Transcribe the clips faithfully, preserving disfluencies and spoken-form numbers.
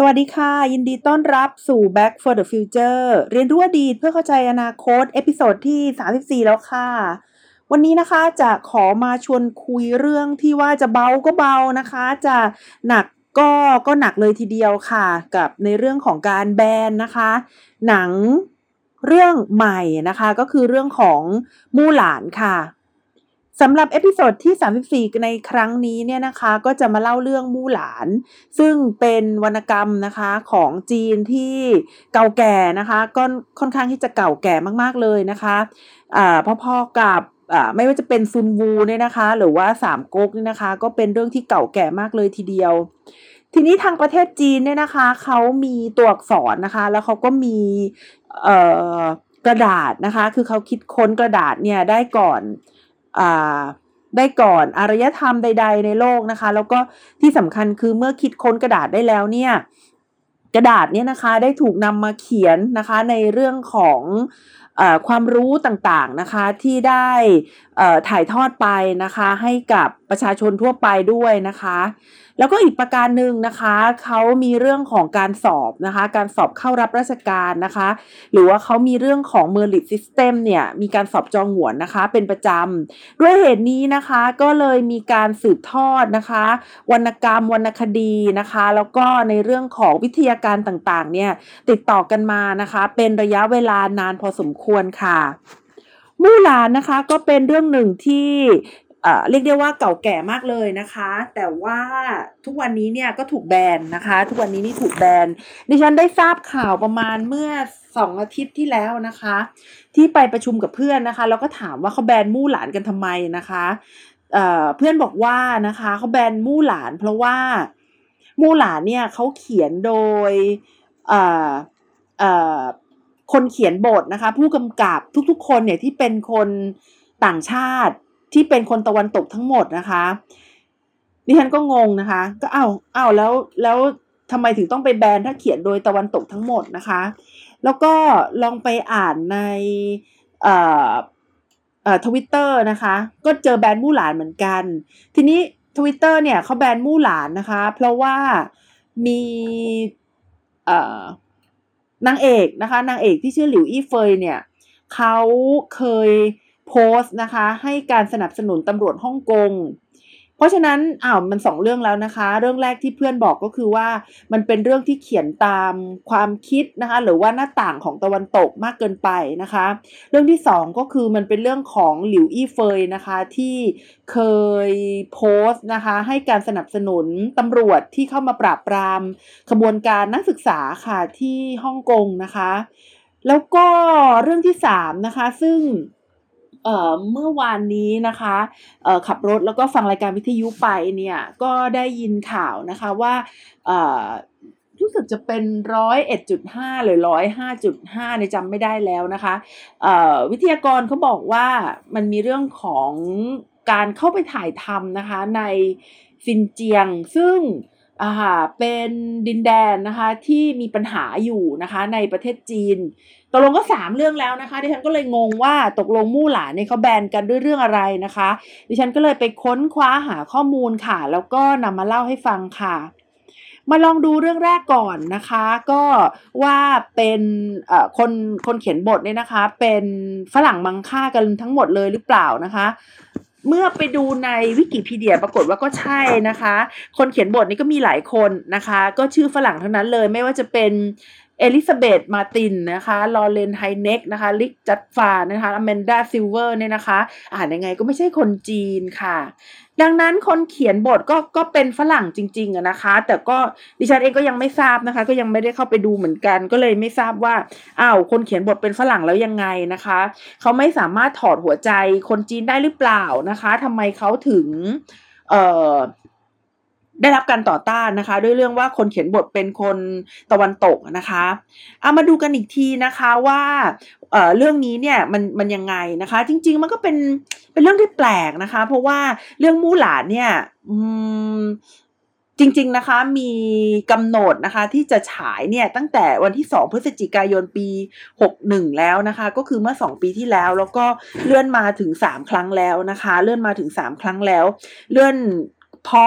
สวัสดีค่ะยินดีต้อนรับสู่ Back for the Future เรียนรู้อดีตเพื่อเข้าใจอนาคตเอพิโซดที่สามสิบสี่แล้วค่ะวันนี้นะคะจะขอมาชวนคุยเรื่องที่ว่าจะเบาก็เบานะคะจะหนักก็ก็หนักเลยทีเดียวค่ะกับในเรื่องของการแบนนะคะหนังเรื่องใหม่นะคะก็คือเรื่องของมู่หลานค่ะสำหรับเอพิโซดที่สามสิบสี่ในครั้งนี้เนี่ยนะคะก็จะมาเล่าเรื่องมู่หลานซึ่งเป็นวรรณกรรมนะคะของจีนที่เก่าแก่นะคะก็ค่อนข้างที่จะเก่าแก่มากๆเลยนะคะอ่าพอๆกับอ่าไม่ว่าจะเป็นซุนวูเนี่ยนะคะหรือว่าสามก๊กนี่นะคะก็เป็นเรื่องที่เก่าแก่มากเลยทีเดียวทีนี้ทางประเทศจีนเนี่ยนะคะเขามีตัวอักษรนะคะแล้วเขาก็มีเอ่อกระดาษนะคะคือเขาคิดค้นกระดาษเนี่ยได้ก่อนอ่าได้ก่อนอารยธรรมใดๆในโลกนะคะแล้วก็ที่สำคัญคือเมื่อคิดค้นกระดาษได้แล้วเนี่ยกระดาษเนี่ยนะคะได้ถูกนำมาเขียนนะคะในเรื่องของเอ่อความรู้ต่างๆนะคะที่ได้เอ่อถ่ายทอดไปนะคะให้กับประชาชนทั่วไปด้วยนะคะแล้วก็อีกประการหนึ่งนะคะเขามีเรื่องของการสอบนะคะการสอบเข้ารับราชการนะคะหรือว่าเขามีเรื่องของ Merit System เนี่ยมีการสอบจองหวนนะคะเป็นประจำด้วยเหตุนี้นะคะก็เลยมีการสืบทอดนะคะวรรณกรรมวรรณคดีนะคะแล้วก็ในเรื่องของวิทยาการต่างๆเนี่ยติดต่อกันมานะคะเป็นระยะเวลานานพอสมควรค่ะมู่หลานนะคะก็เป็นเรื่องหนึ่งที่เอ่อเรียกได้ว่าเก่าแก่มากเลยนะคะแต่ว่าทุกวันนี้เนี่ยก็ถูกแบนนะคะทุกวันนี้นี่ถูกแบนดิฉันได้ทราบข่าวประมาณเมื่อสองอาทิตย์ที่แล้วนะคะที่ไปประชุมกับเพื่อนนะคะแล้วก็ถามว่าเขาแบนมู่หลานกันทำไมนะคะเอ่อเพื่อนบอกว่านะคะเขาแบนมู่หลานเพราะว่ามู่หลานเนี่ยเขาเขียนโดยเอ่อเอ่อคนเขียนบทนะคะผู้กำกับทุกๆคนเนี่ยที่เป็นคนต่างชาติที่เป็นคนตะวันตกทั้งหมดนะคะดิฉันก็งงนะคะก็อ้าวอ้าวแล้วแล้วทำไมถึงต้องไปแบนถ้าเขียนโดยตะวันตกทั้งหมดนะคะแล้วก็ลองไปอ่านในเอ่อเอ่อ Twitter นะคะก็เจอแบนมู่หลานเหมือนกันทีนี้ Twitter เนี่ยเขาแบนมู่หลานนะคะเพราะว่ามีเอ่อนางเอกนะคะนางเอกที่ชื่อหลิวอี้เฟยเนี่ยเขาเคยโพสต์นะคะให้การสนับสนุนตำรวจฮ่องกงเพราะฉะนั้นอ้าวมันสองเรื่องแล้วนะคะเรื่องแรกที่เพื่อนบอกก็คือว่ามันเป็นเรื่องที่เขียนตามความคิดนะคะหรือว่าหน้าต่างของตะวันตกมากเกินไปนะคะเรื่องที่สองก็คือมันเป็นเรื่องของหลิวอี้เฟยนะคะที่เคยโพสต์นะคะให้การสนับสนุนตำรวจที่เข้ามาปราบปรามขบวนการนักศึกษาค่ะที่ฮ่องกงนะคะแล้วก็เรื่องที่สามนะคะซึ่งเอ่อเมื่อวานนี้นะคะเอ่อขับรถแล้วก็ฟังรายการวิทยุไปเนี่ยก็ได้ยินข่าวนะคะว่าเอ่อรู้สึกจะเป็น หนึ่งร้อยเอ็ดจุดห้า หรือ หนึ่งร้อยห้าจุดห้า เนี่ยจำไม่ได้แล้วนะคะเอ่อวิทยากรเขาบอกว่ามันมีเรื่องของการเข้าไปถ่ายทำนะคะในซินเจียงซึ่งอ่าเป็นดินแดนนะคะที่มีปัญหาอยู่นะคะในประเทศจีนตกลงก็สามเรื่องแล้วนะคะดิฉันก็เลยงงว่าตกลงมู่หลานเนี่ยเขาแบนกันด้วยเรื่องอะไรนะคะดิฉันก็เลยไปค้นคว้าหาข้อมูลค่ะแล้วก็นำมาเล่าให้ฟังค่ะมาลองดูเรื่องแรกก่อนนะคะก็ว่าเป็นเอ่อคนคนเขียนบทเนี่ยนะคะเป็นฝรั่งมังค่ากันทั้งหมดเลยหรือเปล่านะคะเมื่อไปดูในวิกิพีเดียปรากฏว่าก็ใช่นะคะคนเขียนบทนี่ก็มีหลายคนนะคะก็ชื่อฝรั่งทั้งนั้นเลยไม่ว่าจะเป็นเอลิซาเบธมาร์ตินนะคะลอเรนไฮเน็กนะคะลิกจัดฟานะคะอแมนดาซิลเวอร์เนี่ยนะคะอ่านยังไงก็ไม่ใช่คนจีนค่ะดังนั้นคนเขียนบทก็ก็เป็นฝรั่งจริงๆอะนะคะแต่ก็ดิฉันเองก็ยังไม่ทราบนะคะก็ยังไม่ได้เข้าไปดูเหมือนกันก็เลยไม่ทราบว่าอ้าวคนเขียนบทเป็นฝรั่งแล้วยังไงนะคะเขาไม่สามารถถอดหัวใจคนจีนได้หรือเปล่านะคะทำไมเขาถึงเอ่อได้รับการต่อต้านนะคะด้วยเรื่องว่าคนเขียนบทเป็นคนตะวันตกนะคะเอามาดูกันอีกทีนะคะว่าเอ่อเรื่องนี้เนี่ยมันมันยังไงนะคะจริงๆมันก็เป็นเป็นเรื่องที่แปลกนะคะเพราะว่าเรื่องมู่หลานเนี่ยอืมจริงๆนะคะมีกำหนดนะคะที่จะฉายเนี่ยตั้งแต่วันที่สองพฤศจิกายนปีหกสิบเอ็ดแล้วนะคะก็คือเมื่อสองปีที่แล้วแล้วก็เลื่อนมาถึงสามครั้งแล้วนะคะเลื่อนมาถึงสามครั้งแล้วเลื่อนเพราะ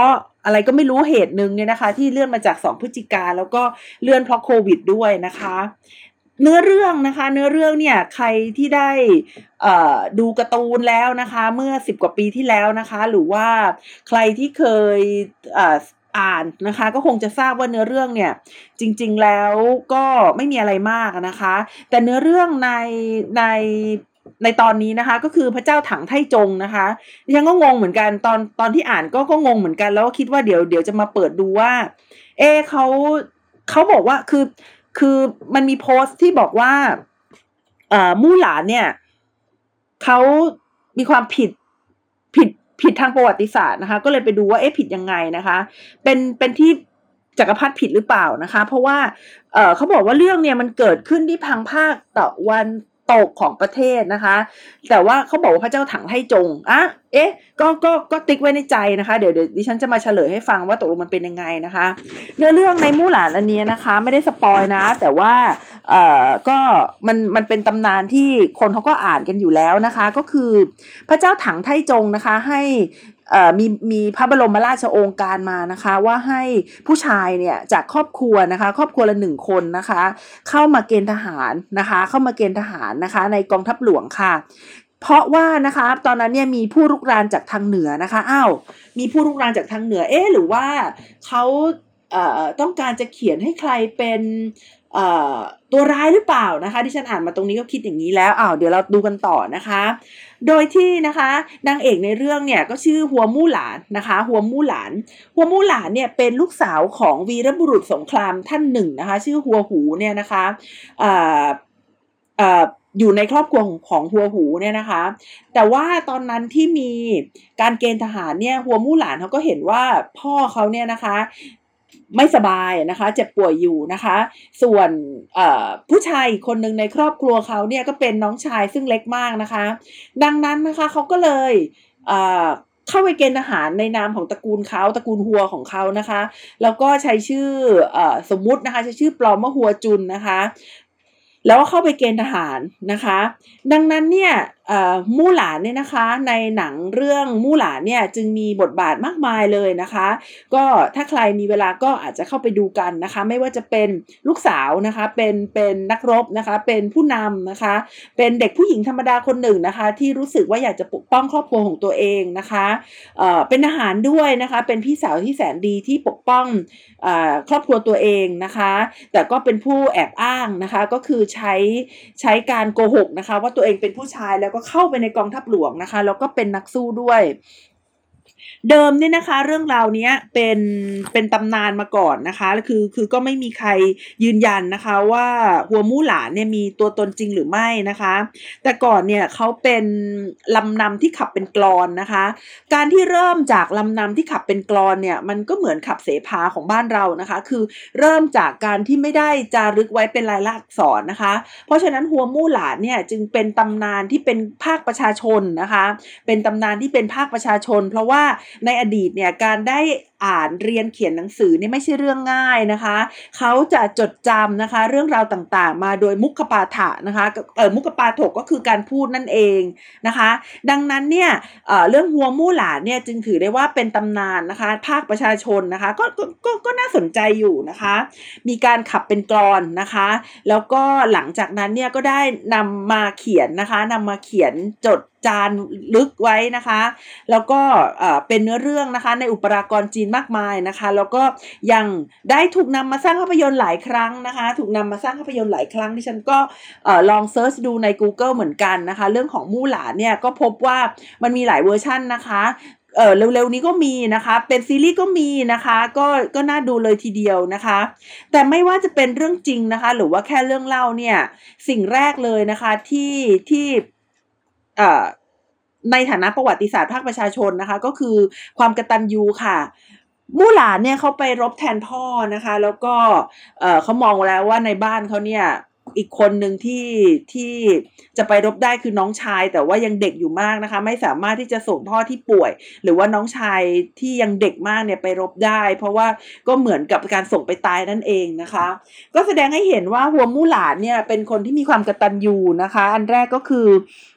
อะไรก็ไม่รู้เหตุนึงเนี่ยนะคะที่เลื่อนมาจากสองพฤศจิกาแล้วก็เลื่อนเพราะโควิดด้วยนะคะเนื้อเรื่องนะคะเนื้อเรื่องเนี่ยใครที่ได้ดูการ์ตูนแล้วนะคะเมื่อสิบกว่าปีที่แล้วนะคะหรือว่าใครที่เคยอ่านนะคะก็คงจะทราบว่าเนื้อเรื่องเนี่ยจริงๆแล้วก็ไม่มีอะไรมากนะคะแต่เนื้อเรื่องในในในตอนนี้นะคะก็คือพระเจ้าถังไท่จงนะคะดิฉันก็งงเหมือนกันตอนตอนที่อ่านก็ก็งงเหมือนกันแล้วก็คิดว่าเดี๋ยวเดี๋ยวจะมาเปิดดูว่าเอเขาเขาบอกว่าคือคือมันมีโพสต์ที่บอกว่าเอ่อมู่หลานเนี่ยเขามีความผิดผิดผิดทางประวัติศาสตร์นะคะก็เลยไปดูว่าเอ๊ะผิดยังไงนะคะเป็นเป็นที่จักรพรรดิผิดหรือเปล่านะคะเพราะว่าเอ่อเขาบอกว่าเรื่องเนี่ยมันเกิดขึ้นที่ทางภาคตะวันตกของประเทศนะคะแต่ว่าเขาบอกว่าพระเจ้าถังไท่จงอ่ะเอ๊ะก็ก็ก็ติ๊กไว้ในใจนะคะเดี๋ยวเดี๋ยวดิฉันจะมาเฉลยให้ฟังว่าตกลงมันเป็นยังไงนะคะเนื้อเรื่องในมู่หลานอันนี้นะคะไม่ได้สปอยนะแต่ว่าเอ่อก็มันมันเป็นตำนานที่คนเขาก็อ่านกันอยู่แล้วนะคะก็คือพระเจ้าถังไท่จงนะคะให้เอ่อมีมีพระบรมราชโองการมานะคะว่าให้ผู้ชายเนี่ยจากครอบครัวนะคะครอบครัวละหนึ่งคนนะคะเข้ามาเกณฑ์ทหารนะคะเข้ามาเกณฑ์ทหารนะคะในกองทัพหลวงค่ะเพราะว่านะคะตอนนั้นเนี่ยมีผู้รุกรานจากทางเหนือนะคะอ้าวมีผู้รุกรานจากทางเหนือเอ๊ะหรือว่าเขาเอ่อต้องการจะเขียนให้ใครเป็นเอ่อตัวร้ายหรือเปล่านะคะที่ฉันอ่านมาตรงนี้ก็คิดอย่างนี้แล้วอ้าวเดี๋ยวเราดูกันต่อนะคะโดยที่นะคะนางเอกในเรื่องเนี่ยก็ชื่อหัวมู่หลานนะคะหัวมู่หลานหัวมู่หลานเนี่ยเป็นลูกสาวของวีรบุรุษสงครามท่านหนึ่งนะคะชื่อหัวหูเนี่ยนะคะเอ่อเอ่ออยู่ในครอบครัวของของหัวหูเนี่ยนะคะแต่ว่าตอนนั้นที่มีการเกณฑ์ทหารเนี่ยหัวมู่หลานเขาก็เห็นว่าพ่อเขาเนี่ยนะคะไม่สบายนะคะเจ็บป่วยอยู่นะคะส่วนผู้ชายอีกคนหนึ่งในครอบครัวเขาเนี่ยก็เป็นน้องชายซึ่งเล็กมากนะคะดังนั้นนะคะเขาก็เลยเข้าไปเกณฑ์ทหารในนามของตระกูลเขาตระกูลหัวของเขานะคะแล้วก็ใช้ชื่อสมมุตินะคะใช้ชื่อปลอมว่าหัวจุนนะคะแล้วก็เข้าไปเกณฑ์ทหารนะคะดังนั้นเนี่ยมู่หลานเนี่ยนะคะในหนังเรื่องมู่หลานเนี่ยจึงมีบทบาทมากมายเลยนะคะก็ถ้าใครมีเวลาก็อาจจะเข้าไปดูกันนะคะไม่ว่าจะเป็นลูกสาวนะคะเป็นเป็นนักรบนะคะเป็นผู้นำนะคะเป็นเด็กผู้หญิงธรรมดาคนหนึ่งนะคะที่รู้สึกว่าอยากจะปกป้องครอบครัวของตัวเองนะคะเอ่อเป็นทหารด้วยนะคะเป็นพี่สาวที่แสนดีที่ปกป้องเอ่อครอบครัวตัวเองนะคะแต่ก็เป็นผู้แอบอ้างนะคะก็คือใช้ใช้การโกหกนะคะว่าตัวเองเป็นผู้ชายแล้วก็เข้าไปในกองทัพหลวงนะคะแล้วก็เป็นนักสู้ด้วยเดิมเนี่ยนะคะเรื่องราวนี้เป็นเป็นตำนานมาก่อนนะคะคือคือก็ไม่มีใครยืนยันนะคะว่าหัวมู่หลานเนี่ยมีตัวตนจริงหรือไม่นะคะแต่ก่อนเนี่ยเขาเป็นลำนำที่ขับเป็นกลอนนะคะการที่เริ่มจากลำนำที่ขับเป็นกลอนเนี่ยมันก็เหมือนขับเสภาของบ้านเรานะคะคือเริ่มจากการที่ไม่ได้จารึกไว้เป็นลายลักษณ์อักษรนะคะเพราะฉะนั้นหัวมู่หลานเนี่ยจึงเป็นตำนานที่เป็นภาคประชาชนนะคะเป็นตำนานที่เป็นภาคประชาชนเพราะว่าในอดีตเนี่ยการได้อ่านเรียนเขียนหนังสือนี่ไม่ใช่เรื่องง่ายนะคะเขาจะจดจำนะคะเรื่องราวต่างๆมาโดยมุขปาฐะนะคะเออมุขปาฐกก็คือการพูดนั่นเองนะคะดังนั้นเนี่ย เอ่อ เรื่องหัวมู่หลานเนี่ยจึงถือได้ว่าเป็นตำนานนะคะภาคประชาชนนะคะก็ก็ก็ก็น่าสนใจอยู่นะคะมีการขับเป็นกลอนนะคะแล้วก็หลังจากนั้นเนี่ยก็ได้นำมาเขียนนะคะนำมาเขียนจดจารึกไว้นะคะแล้วก็เป็นเนื้อเรื่องนะคะในอุปรากรจีนมากมายนะคะแล้วก็ยังได้ถูกนำมาสร้างภาพยนตร์หลายครั้งนะคะถูกนำมาสร้างภาพยนตร์หลายครั้งที่ฉันก็ลองเซิร์ชดูใน Google เหมือนกันนะคะเรื่องของมู่หลานเนี่ยก็พบว่ามันมีหลายเวอร์ชันนะคะเออเร็วๆนี้ก็มีนะคะเป็นซีรีส์ก็มีนะคะก็ก็น่าดูเลยทีเดียวนะคะแต่ไม่ว่าจะเป็นเรื่องจริงนะคะหรือว่าแค่เรื่องเล่าเนี่ยสิ่งแรกเลยนะคะที่ที่เอ่อในฐานะประวัติศาสตร์ภาคประชาชนนะคะก็คือความกตัญญูค่ะมู่หลานเนี่ยเขาไปรบแทนพ่อนะคะแล้วก็เอ่อเขามองแล้วว่าในบ้านเขาเนี่ยอีกคนหนึ่งที่ที่จะไปรบได้คือน้องชายแต่ว่ายังเด็กอยู่มากนะคะไม่สามารถที่จะส่งพ่อที่ป่วยหรือว่าน้องชายที่ยังเด็กมากเนี่ยไปรบได้เพราะว่าก็เหมือนกับการส่งไปตายนั่นเองนะคะก็แสดงให้เห็นว่าหัวมู่หลานเนี่ยเป็นคนที่มีความกตัญญูนะคะอันแรกก็คือ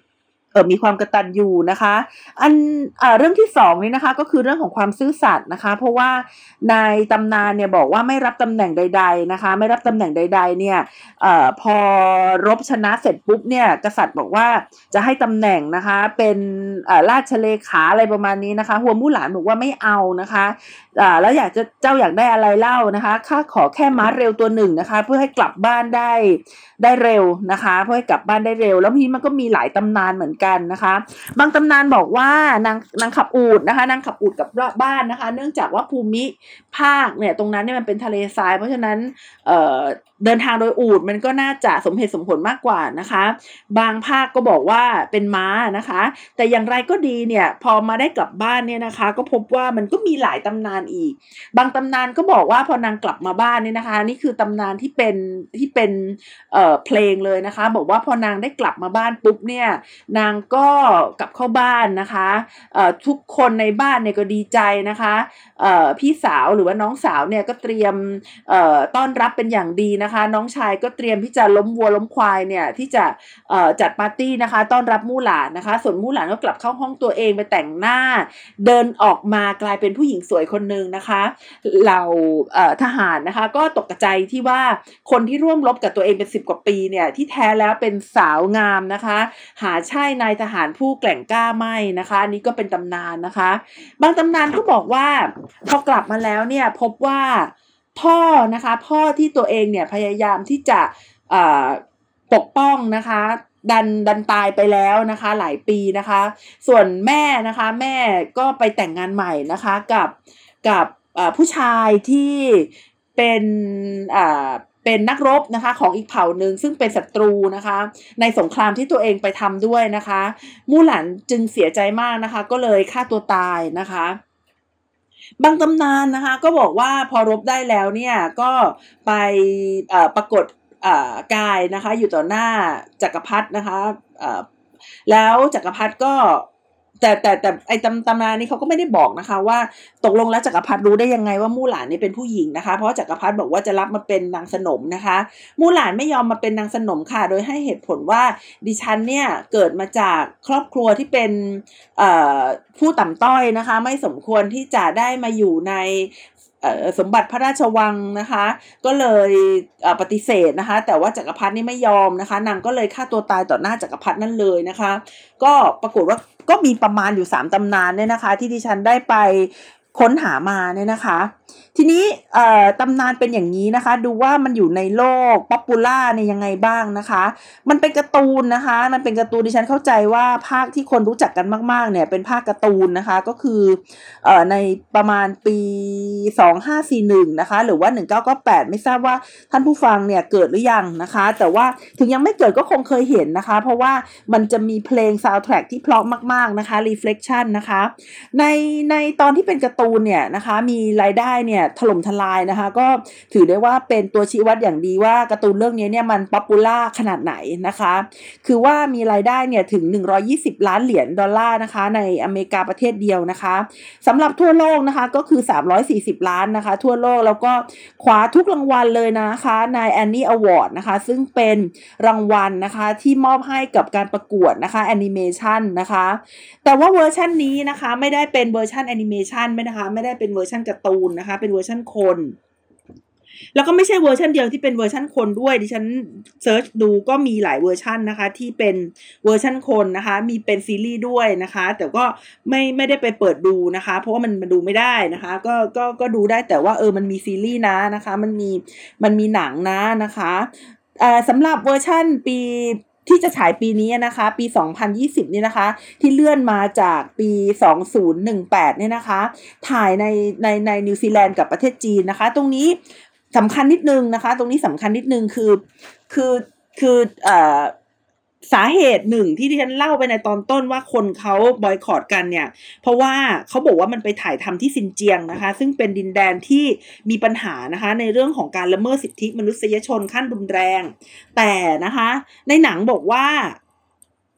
เออมีความกตัญญูนะคะอันอ่าเรื่องที่สองนี่นะคะก็คือเรื่องของความซื่อสัตย์นะคะเพราะว่าในตำนานเนี่ยบอกว่าไม่รับตำแหน่งใดๆนะคะไม่รับตำแหน่งใดๆเนี่ยเอ่อพอรบชนะเสร็จปุ๊บเนี่ยกษัตริย์บอกว่าจะให้ตำแหน่งนะคะเป็นอ่าราชเลขาอะไรประมาณนี้นะคะหัวมู่หลานบอกว่าไม่เอานะคะอ่าแล้วอยากจะเจ้าอยากได้อะไรเล่านะคะข้าขอแค่ม้าเร็วตัวหนึ่งนะคะเพื่อให้กลับบ้านได้ได้เร็วนะคะเพื่อให้กลับบ้านได้เร็วแล้วทีนี้มันก็มีหลายตำนานเหมือนกันนะคะบางตำนานบอกว่านางนางขับอูฐนะคะนางขับอูฐกับบ้านนะคะเนื่องจากว่าภูมิภาคเนี่ยตรงนั้นเนี่ยมันเป็นทะเลทรายเพราะฉะนั้นเอ่อเดินทางโดยอูฐมันก็น่าจะสมเหตุสมผลมากกว่านะคะบางภาคก็บอกว่าเป็นม้านะคะแต่อย่างไรก็ดีเนี่ยพอมาได้กลับบ้านเนี่ยนะคะก็พบว่ามันก็มีหลายตำนานอีกบางตำนานก็บอกว่าพอนางกลับมาบ้านเนี่ยนะคะนี่คือตำนานที่เป็นที่เป็นเอ่อเพลงเลยนะคะบอกว่าพอนางได้กลับมาบ้านปุ๊บเนี่ยนางก็กลับเข้าบ้านนะคะเอ่อทุกคนในบ้านเนี่ยก็ดีใจนะคะเอ่อพี่สาวหรือว่าน้องสาวเนี่ยก็เตรียมเอ่อต้อนรับเป็นอย่างดีนะคะน้องชายก็เตรียมที่จะล้มวัวล้มควายเนี่ยที่จะเอ่อจัดปาร์ตี้นะคะต้อนรับมู่หลานนะคะส่วนมู่หลานก็กลับเข้าห้องตัวเองไปแต่งหน้าเดินออกมากลายเป็นผู้หญิงสวยคนนึงนะคะเหล่าเอ่อทหารนะคะก็ตกใจที่ว่าคนที่ร่วมรบกับตัวเองเป็นสิบกว่าปีเนี่ยที่แท้แล้วเป็นสาวงามนะคะหาใช่นายทหารผู้แกร่งกล้าไม่นะคะอันนี้ก็เป็นตำนานนะคะบางตำนานก็บอกว่าพอกลับมาแล้วเนี่ยพบว่าพ่อนะคะพ่อที่ตัวเองเนี่ยพยายามที่จะปกป้องนะคะดันดันตายไปแล้วนะคะหลายปีนะคะส่วนแม่นะคะแม่ก็ไปแต่งงานใหม่นะคะกับกับผู้ชายที่เป็นอ่าเป็นนักรบนะคะของอีกเผ่าหนึ่งซึ่งเป็นศัตรูนะคะในสงครามที่ตัวเองไปทำด้วยนะคะมู่หลานจึงเสียใจมากนะคะก็เลยฆ่าตัวตายนะคะบางตำนานนะคะก็บอกว่าพอรบได้แล้วเนี่ยก็ไปปรากฏกายนะคะอยู่ต่อหน้าจักรพรรดินะคะแล้วจักรพรรดิก็แต่แต่แต่ไอ้ตำตำนานนี้เขาก็ไม่ได้บอกนะคะว่าตกลงแล้วจักรพรรดิรู้ได้ยังไงว่ามู่หลานนี่เป็นผู้หญิงนะคะเพราะจักรพรรดิบอกว่าจะรับมาเป็นนางสนมนะคะมู่หลานไม่ยอมมาเป็นนางสนมค่ะโดยให้เหตุผลว่าดิฉันเนี่ยเกิดมาจากครอบครัวที่เป็นผู้ต่ำต้อยนะคะไม่สมควรที่จะได้มาอยู่ในสมบัติพระราชวังนะคะก็เลยปฏิเสธนะคะแต่ว่าจักรพรรดินี่ไม่ยอมนะคะนางก็เลยฆ่าตัวตายต่อหน้าจักรพรรดินั่นเลยนะคะก็ปรากฏว่าก็มีประมาณอยู่สามตำนานเนี่ยนะคะที่ดิฉันได้ไปค้นหามาเนี่ยนะคะทีนี้ตำนานเป็นอย่างนี้นะคะดูว่ามันอยู่ในโลกป๊อปปูล่าเนี่ยยังไงบ้างนะคะมันเป็นการ์ตูนนะคะมันเป็นการ์ตูนดิฉันเข้าใจว่าภาคที่คนรู้จักกันมากๆเนี่ยเป็นภาคการ์ตูนนะคะก็คือในประมาณปีสองพันห้าร้อยสี่สิบเอ็ดนะคะหรือว่าหนึ่งพันเก้าร้อยเก้าสิบแปดไม่ทราบว่าท่านผู้ฟังเนี่ยเกิดหรือยังนะคะแต่ว่าถึงยังไม่เกิดก็คงเคยเห็นนะคะเพราะว่ามันจะมีเพลงซาวด์แทร็กที่เพราะมากๆนะคะ Reflection นะคะในในตอนที่เป็นการ์ตูนเนี่ยนะคะมีรายได้เนี่ยถล่มทลายนะคะก็ถือได้ว่าเป็นตัวชี้วัดอย่างดีว่าการ์ตูนเรื่องนี้เนี่ยมันป๊อปปูล่าขนาดไหนนะคะคือว่ามีรายได้เนี่ยถึงหนึ่งร้อยยี่สิบล้านเหรียญดอลลาร์นะคะในอเมริกาประเทศเดียวนะคะสำหรับทั่วโลกนะคะก็คือสามร้อยสี่สิบล้านนะคะทั่วโลกแล้วก็คว้าทุกรางวัลเลยนะคะใน Annie Award นะคะซึ่งเป็นรางวัลนะคะที่มอบให้กับการประกวดนะคะแอนิเมชันนะคะแต่ว่าเวอร์ชันนี้นะคะไม่ได้เป็นเวอร์ชันแอนิเมชันไม่นะคะไม่ได้เป็นเวอร์ชันการ์ตูนนะคะเป็นเวอร์ชันคนแล้วก็ไม่ใช่เวอร์ชันเดียวที่เป็นเวอร์ชันคนด้วยดิฉันเซิร์ชดูก็มีหลายเวอร์ชันนะคะที่เป็นเวอร์ชันคนนะคะมีเป็นซีรีส์ด้วยนะคะแต่ก็ไม่ไม่ได้ไปเปิดดูนะคะเพราะว่ามันมันดูไม่ได้นะคะก็ก็ก็ดูได้แต่ว่าเออมันมีซีรีส์นะนะคะมันมีมันมีหนังนะนะคะเอ่อสำหรับเวอร์ชันปีที่จะฉายปีนี้นะคะปีสองพันยี่สิบนี่นะคะที่เลื่อนมาจากปีสองพันสิบแปดเนี่ยนะคะถ่ายในในในนิวซีแลนด์กับประเทศจีนนะคะตรงนี้สำคัญนิดนึงนะคะตรงนี้สำคัญนิดนึงคือคือคือเอ่อสาเหตุหนึ่งที่ดิฉันเล่าไปในตอนต้นว่าคนเขาบอยคอตกันเนี่ยเพราะว่าเขาบอกว่ามันไปถ่ายทำที่ซินเจียงนะคะซึ่งเป็นดินแดนที่มีปัญหานะคะในเรื่องของการละเมิดสิทธิมนุษยชนขั้นรุนแรงแต่นะคะในหนังบอกว่า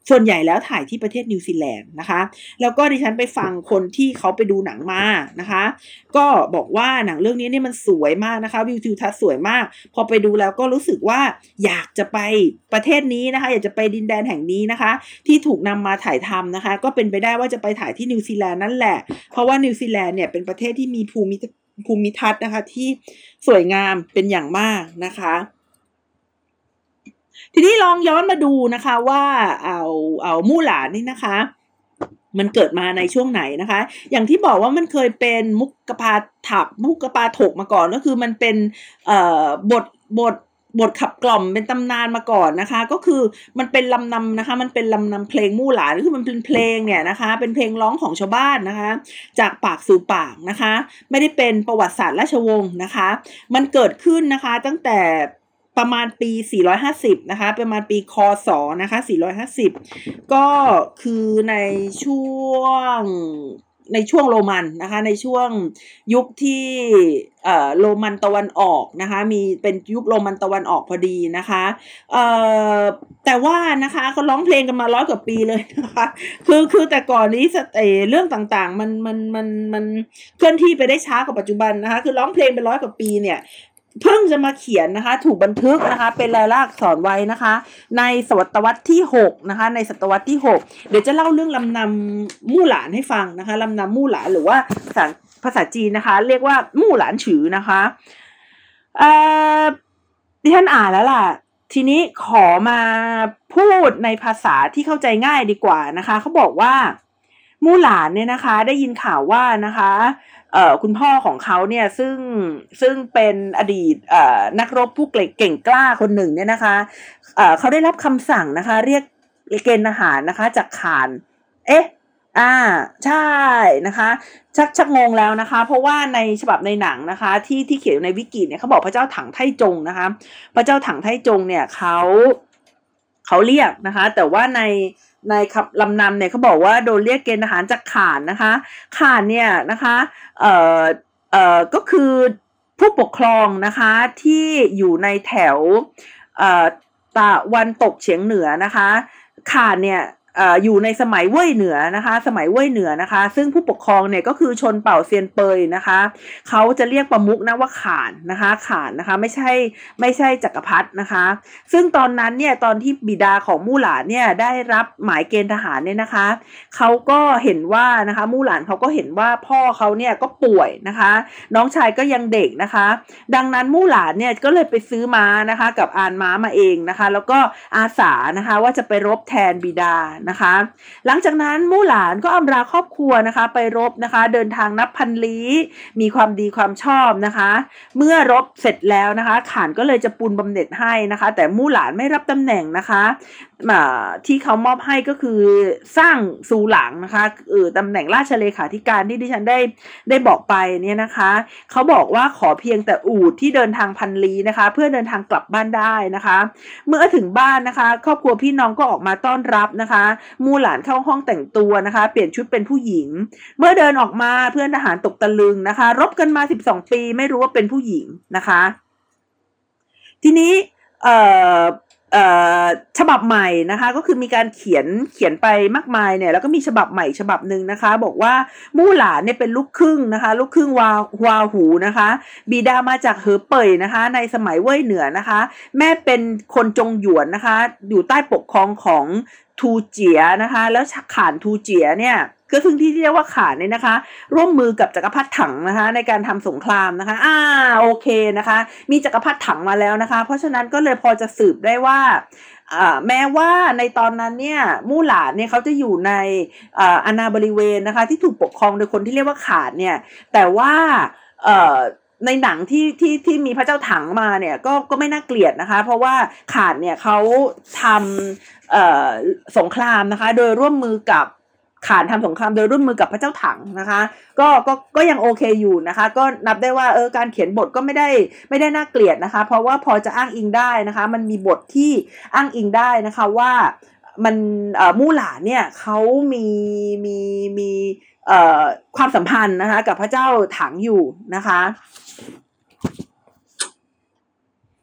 ส่วนใหญ่แล้วถ่ายที่ประเทศนิวซีแลนด์นะคะแล้วก็ดิฉันไปฟังคนที่เขาไปดูหนังมานะคะก็บอกว่าหนังเรื่องนี้เนี่ยมันสวยมากนะคะวิวทิวทัศน์สวยมากพอไปดูแล้วก็รู้สึกว่าอยากจะไปประเทศนี้นะคะอยากจะไปดินแดนแห่งนี้นะคะที่ถูกนำมาถ่ายทำนะคะก็เป็นไปได้ว่าจะไปถ่ายที่นิวซีแลนด์นั่นแหละเพราะว่านิวซีแลนด์เนี่ยเป็นประเทศที่มีภูมิภูมิทัศน์นะคะที่สวยงามเป็นอย่างมากนะคะทีนี้ลองย้อนมาดูนะคะว่าเอาเอามู่หลานนี่นะคะมันเกิดมาในช่วงไหนนะคะอย่างที่บอกว่ามันเคยเป็นมุกกะพาถับมุกกะพาถกมาก่อนก็คือมันเป็นเอ่อบทบทบทขับกล่อมเป็นตำนานมาก่อนนะคะก็คือมันเป็นลำนำนะคะมันเป็นลำนำเพลงมู่หลานคือมันเป็นเพลงเนี่ยนะคะเป็นเพลงร้องของชาวบ้านนะคะจากปากสู่ปากนะคะไม่ได้เป็นประวัติศาสตร์ราชวงศ์นะคะมันเกิดขึ้นนะคะตั้งแต่ประมาณปีสี่ร้อยห้าสิบนะคะประมาณปีคศนะคะสี่ร้อยห้าสิบก็คือในช่วงในช่วงโรมันนะคะในช่วงยุคที่เอ่อโรมันตะวันออกนะคะมีเป็นยุคโรมันตะวันออกพอดีนะคะเอ่อแต่ว่านะคะเขาร้องเพลงกันมาร้อยกว่าปีเลยนะคะคือคือแต่ก่อนนี้เอ่อเรื่องต่างๆมันมันมันมันเคลื่อนที่ไปได้ช้ากว่าปัจจุบันนะคะคือร้องเพลงเป็นร้อยกว่าปีเนี่ยเพิ่งจะมาเขียนนะคะถูกบันทึกนะคะเป็นลายลักษณ์อักษรไว้นะคะในศตวรรษที่หกนะคะในศตวรรษที่หกเดี๋ยวจะเล่าเรื่องลำนำมู่หลานให้ฟังนะคะลำนำมู่หลานหรือว่าภาษาภาษาจีนนะคะเรียกว่ามู่หลานฉือนะคะเอ่อดิฉันอ่านแล้วล่ะทีนี้ขอมาพูดในภาษาที่เข้าใจง่ายดีกว่านะคะเขาบอกว่ามู่หลานเนี่ยนะคะได้ยินข่าวว่านะคะเอ่อคุณพ่อของเขาเนี่ยซึ่งซึ่งเป็นอดีตเอ่อนักรบผู้เก่งกล้าคนหนึ่งเนี่ยนะคะเอ่อเขาได้รับคำสั่งนะคะเรียกเกณฑ์ทหารนะคะจากข่านเอ๊ะอ่าใช่นะคะชักชักงงแล้วนะคะเพราะว่าในฉบับในหนังนะคะที่ที่เขียนในวิกิเนี่ยเขาบอกพระเจ้าถังไท่จงนะคะพระเจ้าถังไท่จงเนี่ยเขาเขาเรียกนะคะแต่ว่าในในคำลำนำเนี่ยเขาบอกว่าโดนเรียกเกณฑ์ทหารจากข่านนะคะข่านเนี่ยนะคะเอ่อเอ่อก็คือผู้ปกครองนะคะที่อยู่ในแถวเอ่อตะวันตกเฉียงเหนือนะคะข่านเนี่ยเอ่ออยู่ในสมัยเว่ยเหนือนะคะสมัยเว่ยเหนือนะคะซึ่งผู้ปกครองเนี่ยก็คือชนเผ่าเซียนเปยนะคะเขาจะเรียกประมุขนะว่าข่านนะคะข่านนะคะไม่ใช่ไม่ใช่จักรพรรดินะคะซึ่งตอนนั้นเนี่ยตอนที่บิดาของมู่หลานเนี่ยได้รับหมายเกณฑ์ทหารเนี่ยนะคะเขาก็เห็นว่านะคะมู่หลานเขาก็เห็นว่าพ่อเขาเนี่ยก็ป่วยนะคะน้องชายก็ยังเด็กนะคะดังนั้นมู่หลานเนี่ยก็เลยไปซื้อม้านะคะกับอานม้ามาเองนะคะแล้วก็อาสานะคะว่าจะไปรบแทนบิดานะคะหลังจากนั้นมู่หลานก็อำลาครอบครัวนะคะไปรบนะคะเดินทางนับพันลี้มีความดีความชอบนะคะเมื่อรบเสร็จแล้วนะคะข่านก็เลยจะปูนบำเหน็จให้นะคะแต่มู่หลานไม่รับตำแหน่งนะคะที่เขามอบให้ก็คือสร้างซูหลังนะคะเออตำแหน่งราชเลขาธิการที่ดิฉันได้ได้บอกไปเนี่ยนะคะเขาบอกว่าขอเพียงแต่อูฐที่เดินทางพันลี้นะคะเพื่อเดินทางกลับบ้านได้นะคะเมื่อถึงบ้านนะคะครอบครัวพี่น้องก็ออกมาต้อนรับนะคะมู่หลานเข้าห้องแต่งตัวนะคะเปลี่ยนชุดเป็นผู้หญิงเมื่อเดินออกมาเพื่อนทหารตกตะลึงนะคะรบกันมาสิบสองปีไม่รู้ว่าเป็นผู้หญิงนะคะทีนี้เอ่อเอ่อฉบับใหม่นะคะก็คือมีการเขียนเขียนไปมากมายเนี่ยแล้วก็มีฉบับใหม่ฉบับหนึ่งนะคะบอกว่ามู่หลานเนี่ยเป็นลูกครึ่งนะคะลูกครึ่งวาฮวาหูนะคะบิดามาจากเหอเป่ยนะคะในสมัยเว่ยเหนือนะคะแม่เป็นคนจงหยวนนะคะอยู่ใต้ปกครองของทูเจียนะคะแล้วข่านทูเจียเนี่ยก็ซึ่งที่เรียกว่าข่านเนี่ยนะคะร่วมมือกับจักรพรรดิถังนะคะในการทำสงครามนะคะอ่าโอเคนะคะมีจักรพรรดิถังมาแล้วนะคะเพราะฉะนั้นก็เลยพอจะสืบได้ว่าแม้ว่าในตอนนั้นเนี่ยมู่หลานเนี่ยเขาจะอยู่ในอาณาบริเวณนะคะที่ถูกปกครองโดยคนที่เรียกว่าข่านเนี่ยแต่ว่าในหนังที่ที่ที่มีพระเจ้าถังมาเนี่ยก็ก็ไม่น่าเกลียดนะคะเพราะว่าข่านเนี่ยเขาทำสงครามนะคะโดยร่วมมือกับข่านทำสงครามโดยร่วมมือกับพระเจ้าถังนะคะก็ก็ก็ยังโอเคอยู่นะคะก็นับได้ว่าเออการเขียนบทก็ไม่ได้ไม่ได้น่าเกลียดนะคะเพราะว่าพอจะอ้างอิงได้นะคะมันมีบทที่อ้างอิงได้นะคะว่ามันมู่หลานเนี่ยเขามีมีมีเอ่อความสัมพันธ์นะคะกับพระเจ้าถังอยู่นะคะ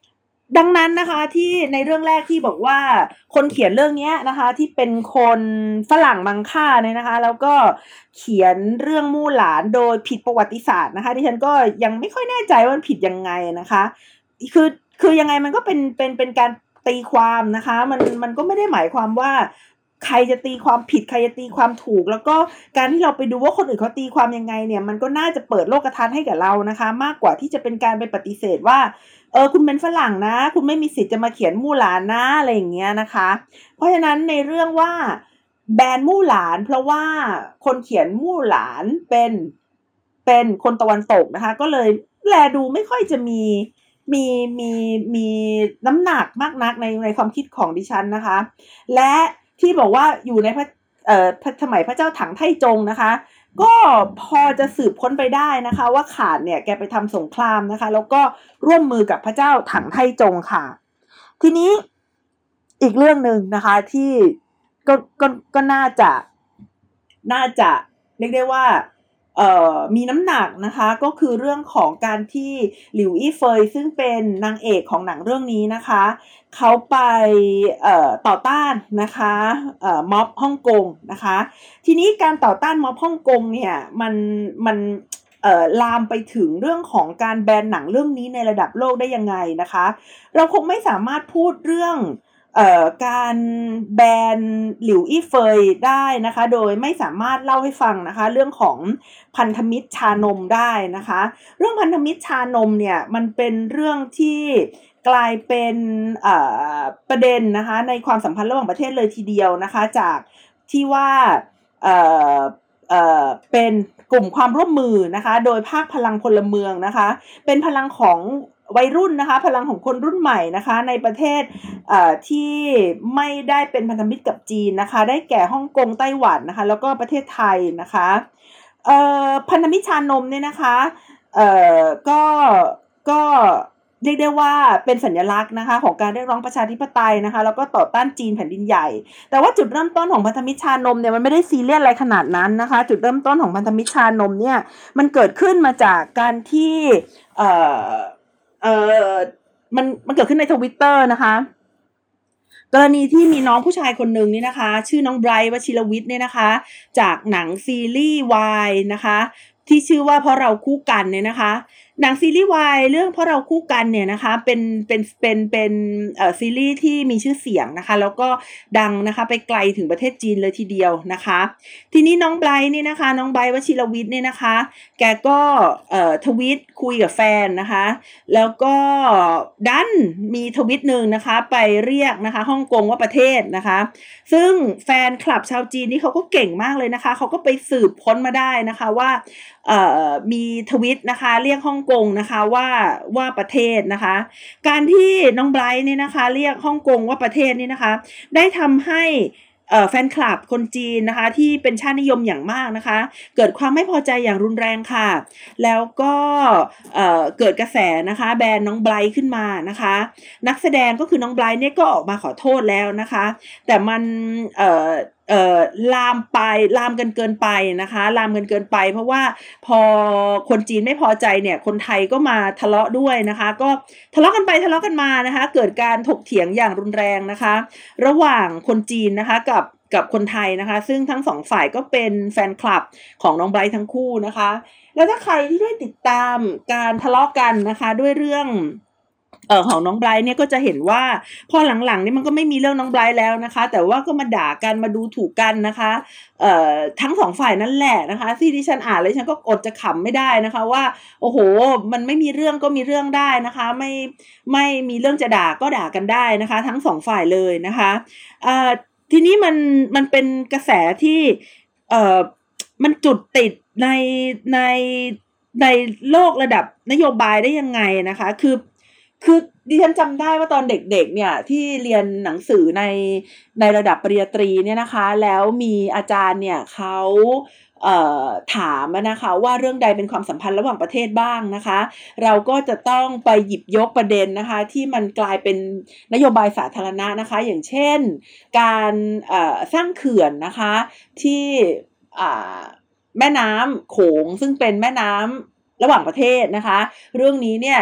ดังนั้นนะคะที่ในเรื่องแรกที่บอกว่าคนเขียนเรื่องนี้นะคะที่เป็นคนฝรั่งมังค่าเนี่ยนะคะแล้วก็เขียนเรื่องมู่หลานโดยผิดประวัติศาสตร์นะคะดิฉันก็ยังไม่ค่อยแน่ใจว่ามันผิดยังไงนะคะคือคือยังไงมันก็เป็นเป็นเป็นการตีความนะคะมันมันก็ไม่ได้หมายความว่าใครจะตีความผิดใครจะตีความถูกแล้วก็การที่เราไปดูว่าคนอื่นเขาตีความยังไงเนี่ยมันก็น่าจะเปิดโลกทัศน์ให้กับเรานะคะมากกว่าที่จะเป็นการไปปฏิเสธว่าเออคุณเป็นฝรั่งนะคุณไม่มีสิทธิ์จะมาเขียนมู่หลานนะอะไรอย่างเงี้ยนะคะเพราะฉะนั้นในเรื่องว่าแบนมู่หลานเพราะว่าคนเขียนมู่หลานเป็นเป็นคนตะวันตกนะคะก็เลยแลดูไม่ค่อยจะมีมีมีมีน้ำหนักมากนักในในความคิดของดิฉันนะคะและที่บอกว่าอยู่ในพระเอ่อสมัยพระเจ้าถังไทจงนะคะก็พอจะสืบค้นไปได้นะคะว่าขาดเนี่ยแกไปทำสงครามนะคะแล้วก็ร่วมมือกับพระเจ้าถังไทจงค่ะทีนี้อีกเรื่องหนึ่งนะคะที่ก็ก็ก็น่าจะน่าจะเรียกได้ว่าเอ่อมีน้ำหนักนะคะก็คือเรื่องของการที่หลิวอี้เฟยซึ่งเป็นนางเอกของหนังเรื่องนี้นะคะเขาไปเอ่อต่อต้านนะคะเอ่อม็อบฮ่องกงนะคะทีนี้การต่อต้านม็อบฮ่องกงเนี่ยมันมันเอ่อลามไปถึงเรื่องของการแบนหนังเรื่องนี้ในระดับโลกได้ยังไงนะคะเราคงไม่สามารถพูดเรื่องเอ่อการแบนหลิวอี้เฟยได้นะคะโดยไม่สามารถเล่าให้ฟังนะคะเรื่องของพันธมิตรชานมได้นะคะเรื่องพันธมิตรชานมเนี่ยมันเป็นเรื่องที่กลายเป็นเอ่อประเด็นนะคะในความสัมพันธ์ระหว่างประเทศเลยทีเดียวนะคะจากที่ว่าเอ่อเอ่อเป็นกลุ่มความร่วมมือนะคะโดยภาคพลังพลเมืองนะคะเป็นพลังของวัยรุ่นนะคะพลังของคนรุ่นใหม่นะคะในประเทศเอ่อที่ไม่ได้เป็นพันธมิตรกับจีนนะคะได้แก่ฮ่องกงไต้หวันนะคะแล้วก็ประเทศไทยนะคะเอ่อพันธมิตรชานมเนี่ยนะคะเอ่อก็ก็เรียกได้ว่าเป็นสัญลักษณ์นะคะของการเรียกร้องประชาธิปไตยนะคะแล้วก็ต่อต้านจีนแผ่นดินใหญ่แต่ว่าจุดเริ่มต้นของพันธมิตรชานมเนี่ยมันไม่ได้ซีเรียสอะไรขนาดนั้นนะคะจุดเริ่มต้นของพันธมิตรชานมเนี่ยมันเกิดขึ้นมาจากการที่เอ่อเอ่อมันมันเกิดขึ้นใน Twitter นะคะกรณีที่มีน้องผู้ชายคนหนึ่งนี่นะคะชื่อน้องไบรท์วชิรวิทย์เนี่ยนะคะจากหนังซีรีส์วายนะคะที่ชื่อว่าเพราะเราคู่กันเนี่ยนะคะหนังซีรีส์วายเรื่องเพราะเราคู่กันเนี่ยนะคะเป็นเป็นเป็นเป็นเอ่อซีรีส์ที่มีชื่อเสียงนะคะแล้วก็ดังนะคะไปไกลถึงประเทศจีนเลยทีเดียวนะคะทีนี้น้องไบรท์เนี่ยนะคะน้องไบรท์วชิรวิทย์เนี่ยนะคะแกก็เอ่อทวีตคุยกับแฟนนะคะแล้วก็ดันมีทวิตหนึ่งนะคะไปเรียกนะคะฮ่องกงว่าประเทศนะคะซึ่งแฟนคลับชาวจีนนี่เขาก็เก่งมากเลยนะคะเขาก็ไปสืบค้นมาได้นะคะว่าเอ่อมีทวิตนะคะเรียกฮ่องกงนะคะว่าว่าประเทศนะคะการที่น้องไบรท์เนี่ยนะคะเรียกฮ่องกงว่าประเทศนี่นะคะได้ทำให้เอ่อแฟนคลับคนจีนนะคะที่เป็นชาตินิยมอย่างมากนะคะเกิดความไม่พอใจอย่างรุนแรงค่ะแล้วก็เอ่อเกิดกระแสนะคะแบนน้องไบรท์ขึ้นมานะคะนักแสดงก็คือน้องไบรท์เนี่ยก็ออกมาขอโทษแล้วนะคะแต่มันเอ่อเอ่อลามไปลามกันเกินไปนะคะลามกันเกินไปเพราะว่าพอคนจีนไม่พอใจเนี่ยคนไทยก็มาทะเลาะด้วยนะคะก็ทะเลาะกันไปทะเลาะกันมานะคะเกิดการถกเถียงอย่างรุนแรงนะคะระหว่างคนจีนนะคะกับกับคนไทยนะคะซึ่งทั้งสองฝ่ายก็เป็นแฟนคลับของน้องไบรท์ทั้งคู่นะคะแล้วถ้าใครที่ได้ติดตามการทะเลาะกันนะคะด้วยเรื่องเอ่อของน้องไบรท์เนี่ยก็จะเห็นว่าพอหลังๆนี่มันก็ไม่มีเรื่องน้องไบรท์แล้วนะคะแต่ว่าก็มาด่ากันมาดูถูกกันนะคะเอ่อทั้งสองฝ่ายนั่นแหละนะคะที่ดิฉันอ่านเลยฉันก็อดจะขำไม่ได้นะคะว่าโอ้โหมันไม่มีเรื่องก็มีเรื่องได้นะคะไม่ไม่มีเรื่องจะด่าก็ด่ากันได้นะคะทั้งสองฝ่ายเลยนะคะเอ่อทีนี้มันมันเป็นกระแสที่เอ่อมันจุดติดในในในโลกระดับนโยบายได้ยังไงนะคะคือคือดิฉันจำได้ว่าตอนเด็กๆเนี่ยที่เรียนหนังสือในในระดับปริญญาตรีเนี่ยนะคะแล้วมีอาจารย์เนี่ยเขาเอ่อถามนะคะว่าเรื่องใดเป็นความสัมพันธ์ระหว่างประเทศบ้างนะคะเราก็จะต้องไปหยิบยกประเด็นนะคะที่มันกลายเป็นนโยบายสาธารณะนะคะอย่างเช่นการเอ่อสร้างเขื่อนนะคะที่อ่าแม่น้ำโขงซึ่งเป็นแม่น้ำระหว่างประเทศนะคะเรื่องนี้เนี่ย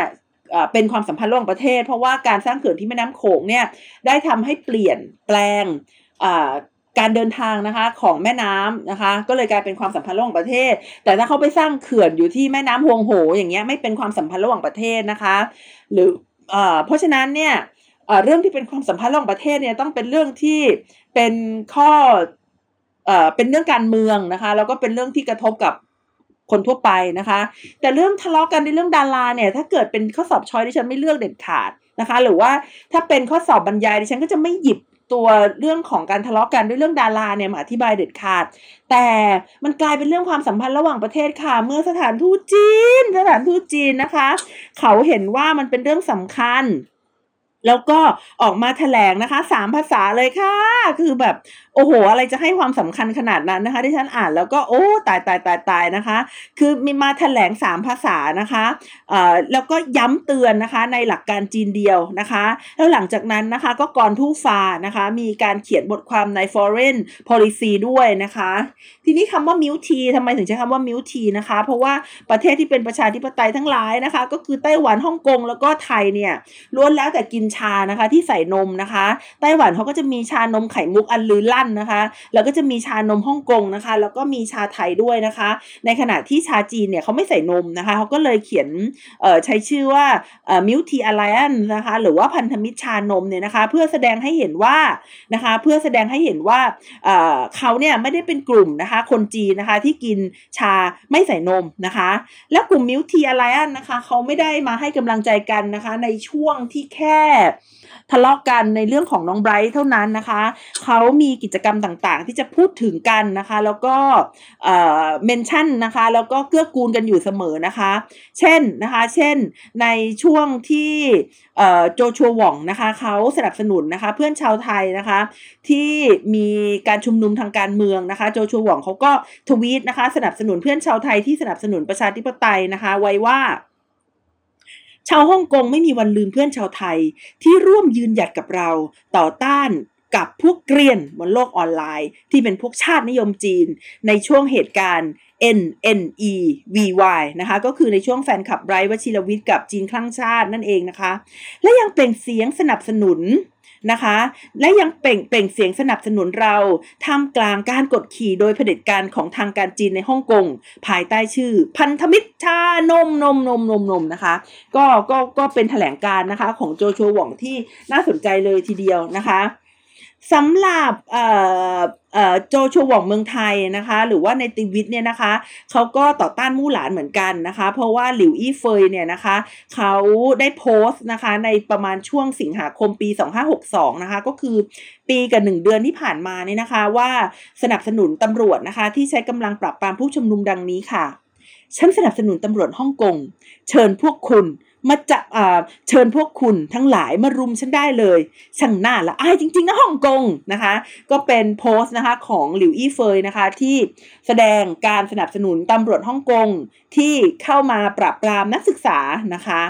เป็นความสัมพันธ์ระหว่างประเทศเพราะว่าการสร้างเขื่อนที่แม่น้ำโขงเนี่ยได้ทำให้เปลี่ยนแปลงการเดินทางนะคะของแม่น้ำนะคะก็เลยกลายเป็นความสัมพันธ์ระหว่างประเทศแต่ถ้าเขาไปสร้างเขื่อนอยู่ที่แม่น้ำฮวงโหอย่างเงี้ยไม่เป็นความสัมพันธ์ระหว่างประเทศนะคะหรือเพราะฉะนั้นเนี่ยเรื่องที่เป็นความสัมพันธ์ระหว่างประเทศเนี่ยต้องเป็นเรื่องที่เป็นข้อเอ่อเป็นเรื่องการเมืองนะคะแล้วก็เป็นเรื่องที่กระทบกับคนทั่วไปนะคะแต่เรื่องทะเลาะกันในเรื่องดาราเนี่ยถ้าเกิดเป็นข้อสอบช้อยดิฉันไม่เลือกเด็ดขาดนะคะหรือว่าถ้าเป็นข้อสอบบรรยายดิฉันก็จะไม่หยิบตัวเรื่องของการทะเลาะกันด้วยเรื่องดาราเนี่ยมาอธิบายเด็ดขาดแต่มันกลายเป็นเรื่องความสัมพันธ์ระหว่างประเทศค่ะเมื่อสถานทูตจีนสถานทูตจีนนะคะเขาเห็นว่ามันเป็นเรื่องสำคัญแล้วก็ออกมาแถลงนะคะสามภาษาเลยค่ะคือแบบโอ้โหอะไรจะให้ความสำคัญขนาดนั้นนะคะที่ฉันอ่านแล้วก็โอ้ตายตายตายตายนะคะคือมีมาแถลงสามภาษานะคะเอ่อแล้วก็ย้ำเตือนนะคะในหลักการจีนเดียวนะคะแล้วหลังจากนั้นนะคะก็กรทู่ฟานะคะมีการเขียนบทความใน Foreign Policy ด้วยนะคะทีนี้คำว่ามิวทีทำไมถึงใช้คำว่ามิวทีนะคะเพราะว่าประเทศที่เป็นประชาธิปไตยทั้งหลายนะคะก็คือไต้หวันฮ่องกงแล้วก็ไทยเนี่ยล้วนแล้วแต่กินชานะคะที่ใส่นมนะคะไต้หวันเขาก็จะมีชานมไข่มุกอันลือลั่นนะคะแล้วก็จะมีชานมฮ่องกงนะคะแล้วก็มีชาไทยด้วยนะคะในขณะที่ชาจีนเนี่ยเขาไม่ใส่นมนะคะเขาก็เลยเขียนเอ่อใช้ชื่อว่าเอ่อ Milk Tea Alliance นะคะหรือว่าพันธมิตรชานมเนี่ยนะคะเพื่อแสดงให้เห็นว่านะคะเพื่อแสดงให้เห็นว่าเอ่อเขาเนี่ยไม่ได้เป็นกลุ่มนะคะคนจีนนะคะที่กินชาไม่ใส่นมนะคะแล้วกลุ่ม Milk Tea Alliance นะคะเขาไม่ได้มาให้กำลังใจกันนะคะในช่วงที่แค่ทะเลาะกันในเรื่องของน้องไบรท์เท่านั้นนะคะเขามีกิจกรรมต่างๆที่จะพูดถึงกันนะคะแล้วก็เอ่อเมนชั่นนะคะแล้วก็เกื้อกูลกันอยู่เสมอนะคะเช่นนะคะเช่นในช่วงที่เอ่อโจชัวหว่องนะคะเขาสนับสนุนนะคะเพื่อนชาวไทยนะคะที่มีการชุมนุมทางการเมืองนะคะโจชัวหว่องเขาก็ทวีตนะคะสนับสนุนเพื่อนชาวไทยที่สนับสนุนประชาธิปไตยนะคะไว้ว่าชาวฮ่องกงไม่มีวันลืมเพื่อนชาวไทยที่ร่วมยืนหยัดกับเราต่อต้านกับพวกเกรียนบนโลกออนไลน์ที่เป็นพวกชาตินิยมจีนในช่วงเหตุการณ์ เอ็น เอ็น อี วี วาย นะคะก็คือในช่วงแฟนคลับไบรท์วชิรวิทย์กับจีนคลั่งชาตินั่นเองนะคะและยังเป็นเสียงสนับสนุนนะคะและยังเปล่งเปล่งเสียงสนับสนุนเราท่ามกลางการกดขี่โดยเผด็จการของทางการจีนในฮ่องกงภายใต้ชื่อพันธมิตรชานมนมนมนมนมนะคะก็ก็ก็เป็นแถลงการนะคะของโจชัวหว่องที่น่าสนใจเลยทีเดียวนะคะสำหรับเอ่อเอ่อโจชัวหว่องเมืองไทยนะคะหรือว่าในติวิตเนี่ยนะคะเขาก็ต่อต้านมู่หลานเหมือนกันนะคะเพราะว่าหลิวอี้เฟยเนี่ยนะคะเขาได้โพสต์นะคะในประมาณช่วงสิงหาคมปีสองพันห้าร้อยหกสิบสองนะคะก็คือปีกับหนึ่งเดือนที่ผ่านมานี่นะคะว่าสนับสนุนตำรวจนะคะที่ใช้กำลังปราบปรามผู้ชุมนุมดังนี้ค่ะฉันสนับสนุนตำรวจฮ่องกงเชิญพวกคุณมาจับอ่าเชิญพวกคุณทั้งหลายมารุมฉันได้เลยช่างน่าละอายจริงๆนะฮ่องกงนะคะก็เป็นโพสต์นะคะของหลิวอี้เฟยนะคะที่แสดงการสนับสนุนตำรวจฮ่องกงที่เข้ามาปราบปรามนักศึกษานะคะ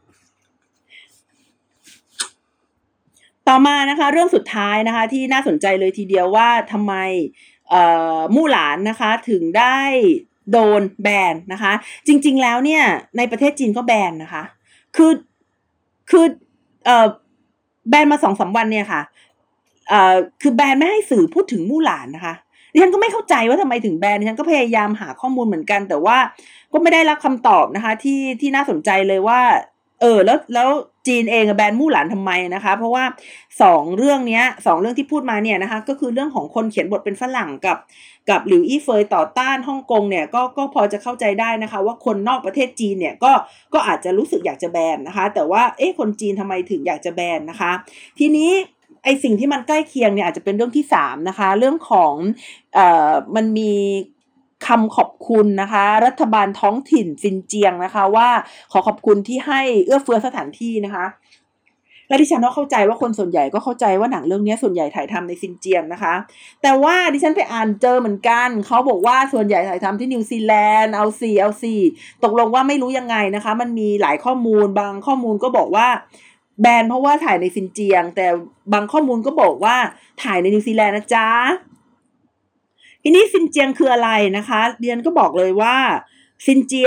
ต่อมานะคะเรื่องสุดท้ายนะคะที่น่าสนใจเลยทีเดียวว่าทำไมมู่หลานนะคะถึงได้โดนแบนนะคะจริงๆแล้วเนี่ยในประเทศจีนก็แบนนะคะคือคือเอ่อแบนมาสองสามวันเนี่ยค่ะเอ่อคือแบนไม่ให้สื่อพูดถึงมู่หลานนะคะดิฉันก็ไม่เข้าใจว่าทำไมถึงแบนดิฉันก็พยายามหาข้อมูลเหมือนกันแต่ว่าก็ไม่ได้รับคำตอบนะคะที่ที่น่าสนใจเลยว่าเออแล้วแล้วจีนเองแบนมู่หลานทำไมนะคะเพราะว่าสองเรื่องนี้สองเรื่องที่พูดมาเนี่ยนะคะก็คือเรื่องของคนเขียนบทเป็นฝรั่งกับกับหลิวอี้เฟยต่อต้านฮ่องกงเนี่ยก็ก็พอจะเข้าใจได้นะคะว่าคนนอกประเทศจีนเนี่ยก็ก็อาจจะรู้สึกอยากจะแบนนะคะแต่ว่าเอ๊ะคนจีนทำไมถึงอยากจะแบนนะคะทีนี้ไอสิ่งที่มันใกล้เคียงเนี่ยอาจจะเป็นเรื่องที่สามนะคะเรื่องของเอ่อมันมีคำขอบคุณนะคะรัฐบาลท้องถิ่นซินเจียงนะคะว่าขอขอบคุณที่ให้เอื้อเฟื้อสถานที่นะคะและดิฉันก็เข้าใจว่าคนส่วนใหญ่ก็เข้าใจว่าหนังเรื่องนี้ส่วนใหญ่ถ่ายทำในซินเจียงนะคะแต่ว่าดิฉันไปอ่านเจอเหมือนกันเขาบอกว่าส่วนใหญ่ถ่ายทำที่นิวซีแลนด์เอาซีเอาซีตกลงว่าไม่รู้ยังไงนะคะมันมีหลายข้อมูลบางข้อมูลก็บอกว่าแบนเพราะว่าถ่ายในซินเจียงแต่บางข้อมูลก็บอกว่าถ่ายในนิวซีแลนด์นะจ๊ะทีนี้ซินเจียงคืออะไรนะคะเรียนก็บอกเลยว่าซินเจียง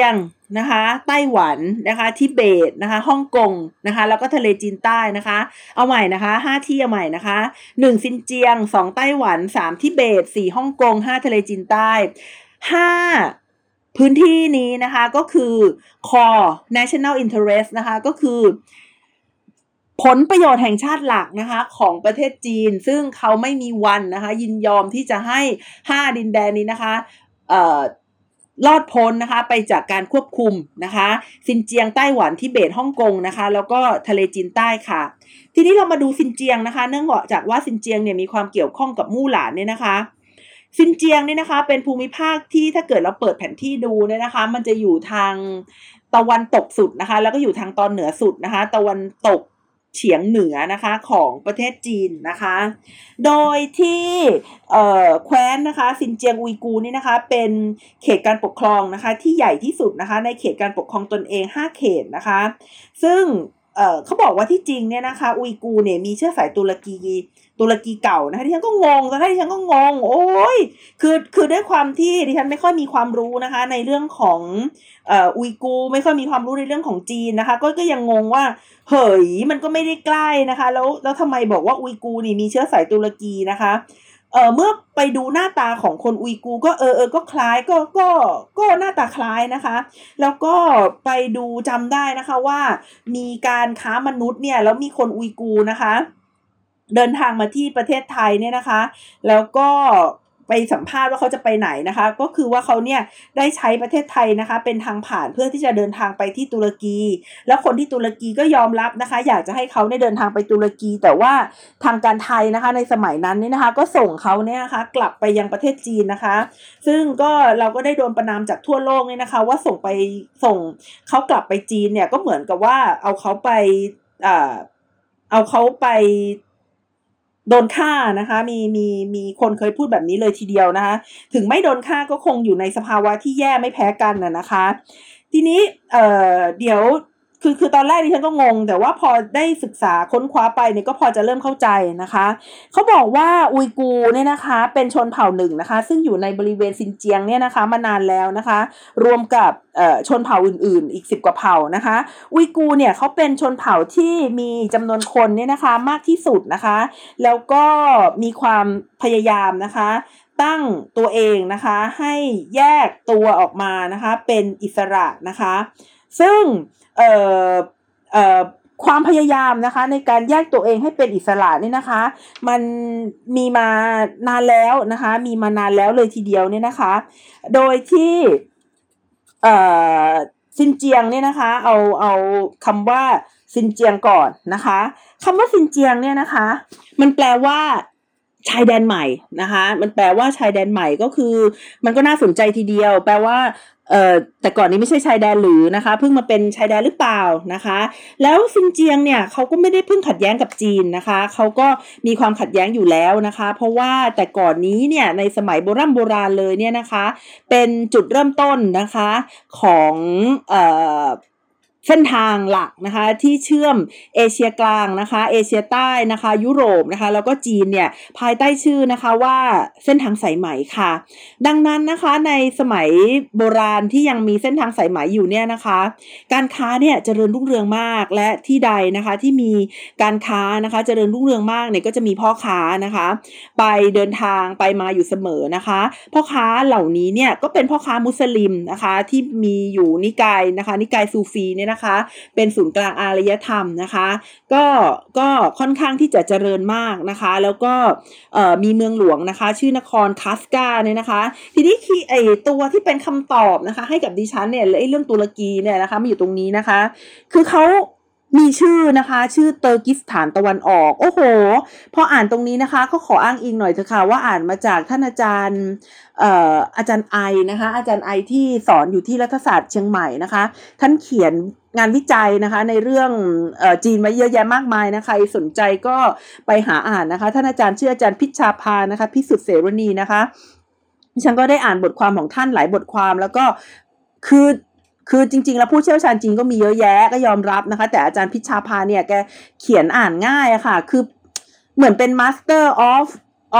นะคะไต้หวันนะคะทิเบตนะคะฮ่องกงนะคะแล้วก็ทะเลจีนใต้นะคะเอาใหม่นะคะห้าที่เอาใหม่นะคะหนึ่งซินเจียงสองไต้หวันสามทิเบตสี่ฮ่องกงห้าทะเลจีนใต้ห้าพื้นที่นี้นะคะก็คือ core national interest นะคะก็คือผลประโยชน์แห่งชาติหลักนะคะของประเทศจีนซึ่งเขาไม่มีวันนะคะยินยอมที่จะให้ห้าดินแดนนี้นะคะเอ่อรอดพ้นนะคะไปจากการควบคุมนะคะซินเจียงไต้หวันทิเบตฮ่องกงนะคะแล้วก็ทะเลจีนใต้ค่ะทีนี้เรามาดูซินเจียงนะคะเนื่องจากว่าซินเจียงเนี่ยมีความเกี่ยวข้องกับมู่หลานเนี่ยนะคะซินเจียงนี่นะคะเป็นภูมิภาคที่ถ้าเกิดเราเปิดแผนที่ดูเนี่ยนะคะมันจะอยู่ทางตะวันตกสุดนะคะแล้วก็อยู่ทางตอนเหนือสุดนะคะตะวันตกเฉียงเหนือนะคะของประเทศจีนนะคะโดยที่เอ่อแคว้นนะคะซินเจียงอุยกูร์นี่นะคะเป็นเขตการปกครองนะคะที่ใหญ่ที่สุดนะคะในเขตการปกครองตนเองห้าเขตนะคะซึ่งเอ่อเขาบอกว่าที่จริงเนี่ยนะคะอุยกูร์เนี่ยมีเชื้อสายตุรกีตุรกีเก่านะคะที่ฉันก็งงแต่ที่ฉันก็งงโอ้ยคือคือด้วยความที่ดิฉันไม่ค่อยมีความรู้นะคะในเรื่องของเอ่ออุยกูร์ไม่ค่อยมีความรู้ในเรื่องของจีนนะคะก็ก็ยังงงว่าเฮ้ยมันก็ไม่ได้ใกล้นะคะแล้วแล้วทำไมบอกว่าอุยกูร์นี่มีเชื้อสายตุรกีนะคะเอ่อเมื่อไปดูหน้าตาของคนอุยกูร์ก็เออเออก็คล้ายก็ก็ก็หน้าตาคล้ายนะคะแล้วก็ไปดูจำได้นะคะว่ามีการค้ามนุษย์เนี่ยแล้วมีคนอุยกูร์นะคะเดินทางมาที่ประเทศไทยเนี่ยนะคะแล้วก็ไปสัมภาษณ์ว่าเขาจะไปไหนนะคะก็คือว่าเขาเนี่ยได้ใช้ประเทศไทยนะคะเป็นทางผ่านเพื่อที่จะเดินทางไปที่ตุรกีแล้วคนที่ตุรกีก็ยอมรับนะคะอยากจะให้เขาเนี่ยเดินทางไปตุรกีแต่ว่าทางการไทยนะคะในสมัยนั้นเนี่ยนะคะก็ส่งเขาเนี่ยนะคะกลับไปยังประเทศจีนนะคะซึ่งก็เราก็ได้โดนประณามจากทั่วโลกเนี่ยนะคะว่าส่งไปส่งเขากลับไปจีนเนี่ยก็เหมือนกับว่าเอาเขาไปอ่าเอาเขาไปโดนฆ่านะคะมีมีมีคนเคยพูดแบบนี้เลยทีเดียวนะคะถึงไม่โดนฆ่าก็คงอยู่ในสภาวะที่แย่ไม่แพ้กันน่ะนะคะทีนี้เอ่อเดี๋ยวคือคือตอนแรกดิฉันก็งงแต่ว่าพอได้ศึกษาค้นคว้าไปเนี่ยก็พอจะเริ่มเข้าใจนะคะเขาบอกว่าอุยกูร์เนี่ยนะคะเป็นชนเผ่าหนึ่งนะคะซึ่งอยู่ในบริเวณซินเจียงเนี่ยนะคะมานานแล้วนะคะรวมกับเอ่อชนเผ่าอื่นๆอีกสิบกว่าเผ่านะคะอุยกูร์เนี่ยเขาเป็นชนเผ่าที่มีจำนวนคนเนี่ยนะคะมากที่สุดนะคะแล้วก็มีความพยายามนะคะตั้งตัวเองนะคะให้แยกตัวออกมานะคะเป็นอิสระนะคะซึ่งเอ่อเอ่อความพยายามนะคะในการแยกตัวเองให้เป็นอิสระนี่นะคะมันมีมานานแล้วนะคะมีมานานแล้วเลยทีเดียวเนี่ยนะคะโดยที่เอ่อซินเจียงเนี่ยนะคะเอาเอาคำว่าซินเจียงก่อนนะคะคำว่าซินเจียงเนี่ยนะคะมันแปลว่าชายแดนใหม่นะคะมันแปลว่าชายแดนใหม่ก็คือมันก็น่าสนใจทีเดียวแปลว่าเอ่อแต่ก่อนนี้ไม่ใช่ชายแดนหรือนะคะเพิ่งมาเป็นชายแดนหรือเปล่านะคะแล้วซินเจียงเนี่ยเขาก็ไม่ได้เพิ่งขัดแย้งกับจีนนะคะเขาก็มีความขัดแย้งอยู่แล้วนะคะเพราะว่าแต่ก่อนนี้เนี่ยในสมัยโบราณโบราณเลยเนี่ยนะคะเป็นจุดเริ่มต้นนะคะของเอ่อเส้นทางหลักนะคะที่เชื่อมเอเชียกลางนะคะเอเชียใต้นะคะยุโรปนะคะแล้วก็จีนเนี่ยภายใต้ชื่อนะคะว่าเส้นทางสายไหมค่ะดังนั้นนะคะในสมัยโบราณที่ยังมีเส้นทางสายไหมอยู่เนี่ยนะคะการค้าเนี่ยเจริญรุ่งเรืองมากและที่ใดนะคะที่มีการค้านะคะเจริญรุ่งเรืองมากเนี่ยก็จะมีพ่อค้านะคะไปเดินทางไปมาอยู่เสมอนะคะพ่อค้าเหล่านี้เนี่ยก็เป็นพ่อค้ามุสลิมนะคะที่มีอยู่นิกายนะคะนิกายซูฟีเนี่ยนะคะเป็นศูนย์กลางอารยธรรมนะคะก็ก็ค่อนข้างที่จะเจริญมากนะคะแล้วก็เอ่อมีเมืองหลวงนะคะชื่อนครคัสกาเนี่ยนะคะทีนี้ไอ้ตัวที่เป็นคำตอบนะคะให้กับดิฉันเนี่ยไอ้เรื่องตุรกีเนี่ยนะคะมาอยู่ตรงนี้นะคะคือเขามีชื่อนะคะชื่อเตอร์กิสถานตะวันออกโอ้โหพออ่านตรงนี้นะคะก็ขออ้างอิงหน่อยเถอะค่ะว่าอ่านมาจากท่านอาจารย์เอ่ออาจารย์ไอนะคะอาจารย์ไอที่สอนอยู่ที่รัฐศาสตร์เชียงใหม่นะคะท่านเขียนงานวิจัยนะคะในเรื่องเอ่อจีนมาเยอะแยะมากมายนะคะใครสนใจก็ไปหาอ่านนะคะท่านอาจารย์ชื่ออาจารย์พิชชาภานะคะพิสุทธิ์เสรณีนะคะฉันก็ได้อ่านบทความของท่านหลายบทความแล้วก็คือคือจริงๆแล้วผู้เชี่ยวชาญจีนก็มีเยอะแยะก็ยอมรับนะคะแต่อาจารย์พิชชาภาเนี่ยแกเขียนอ่านง่ายอะค่ะคือเหมือนเป็น Master of of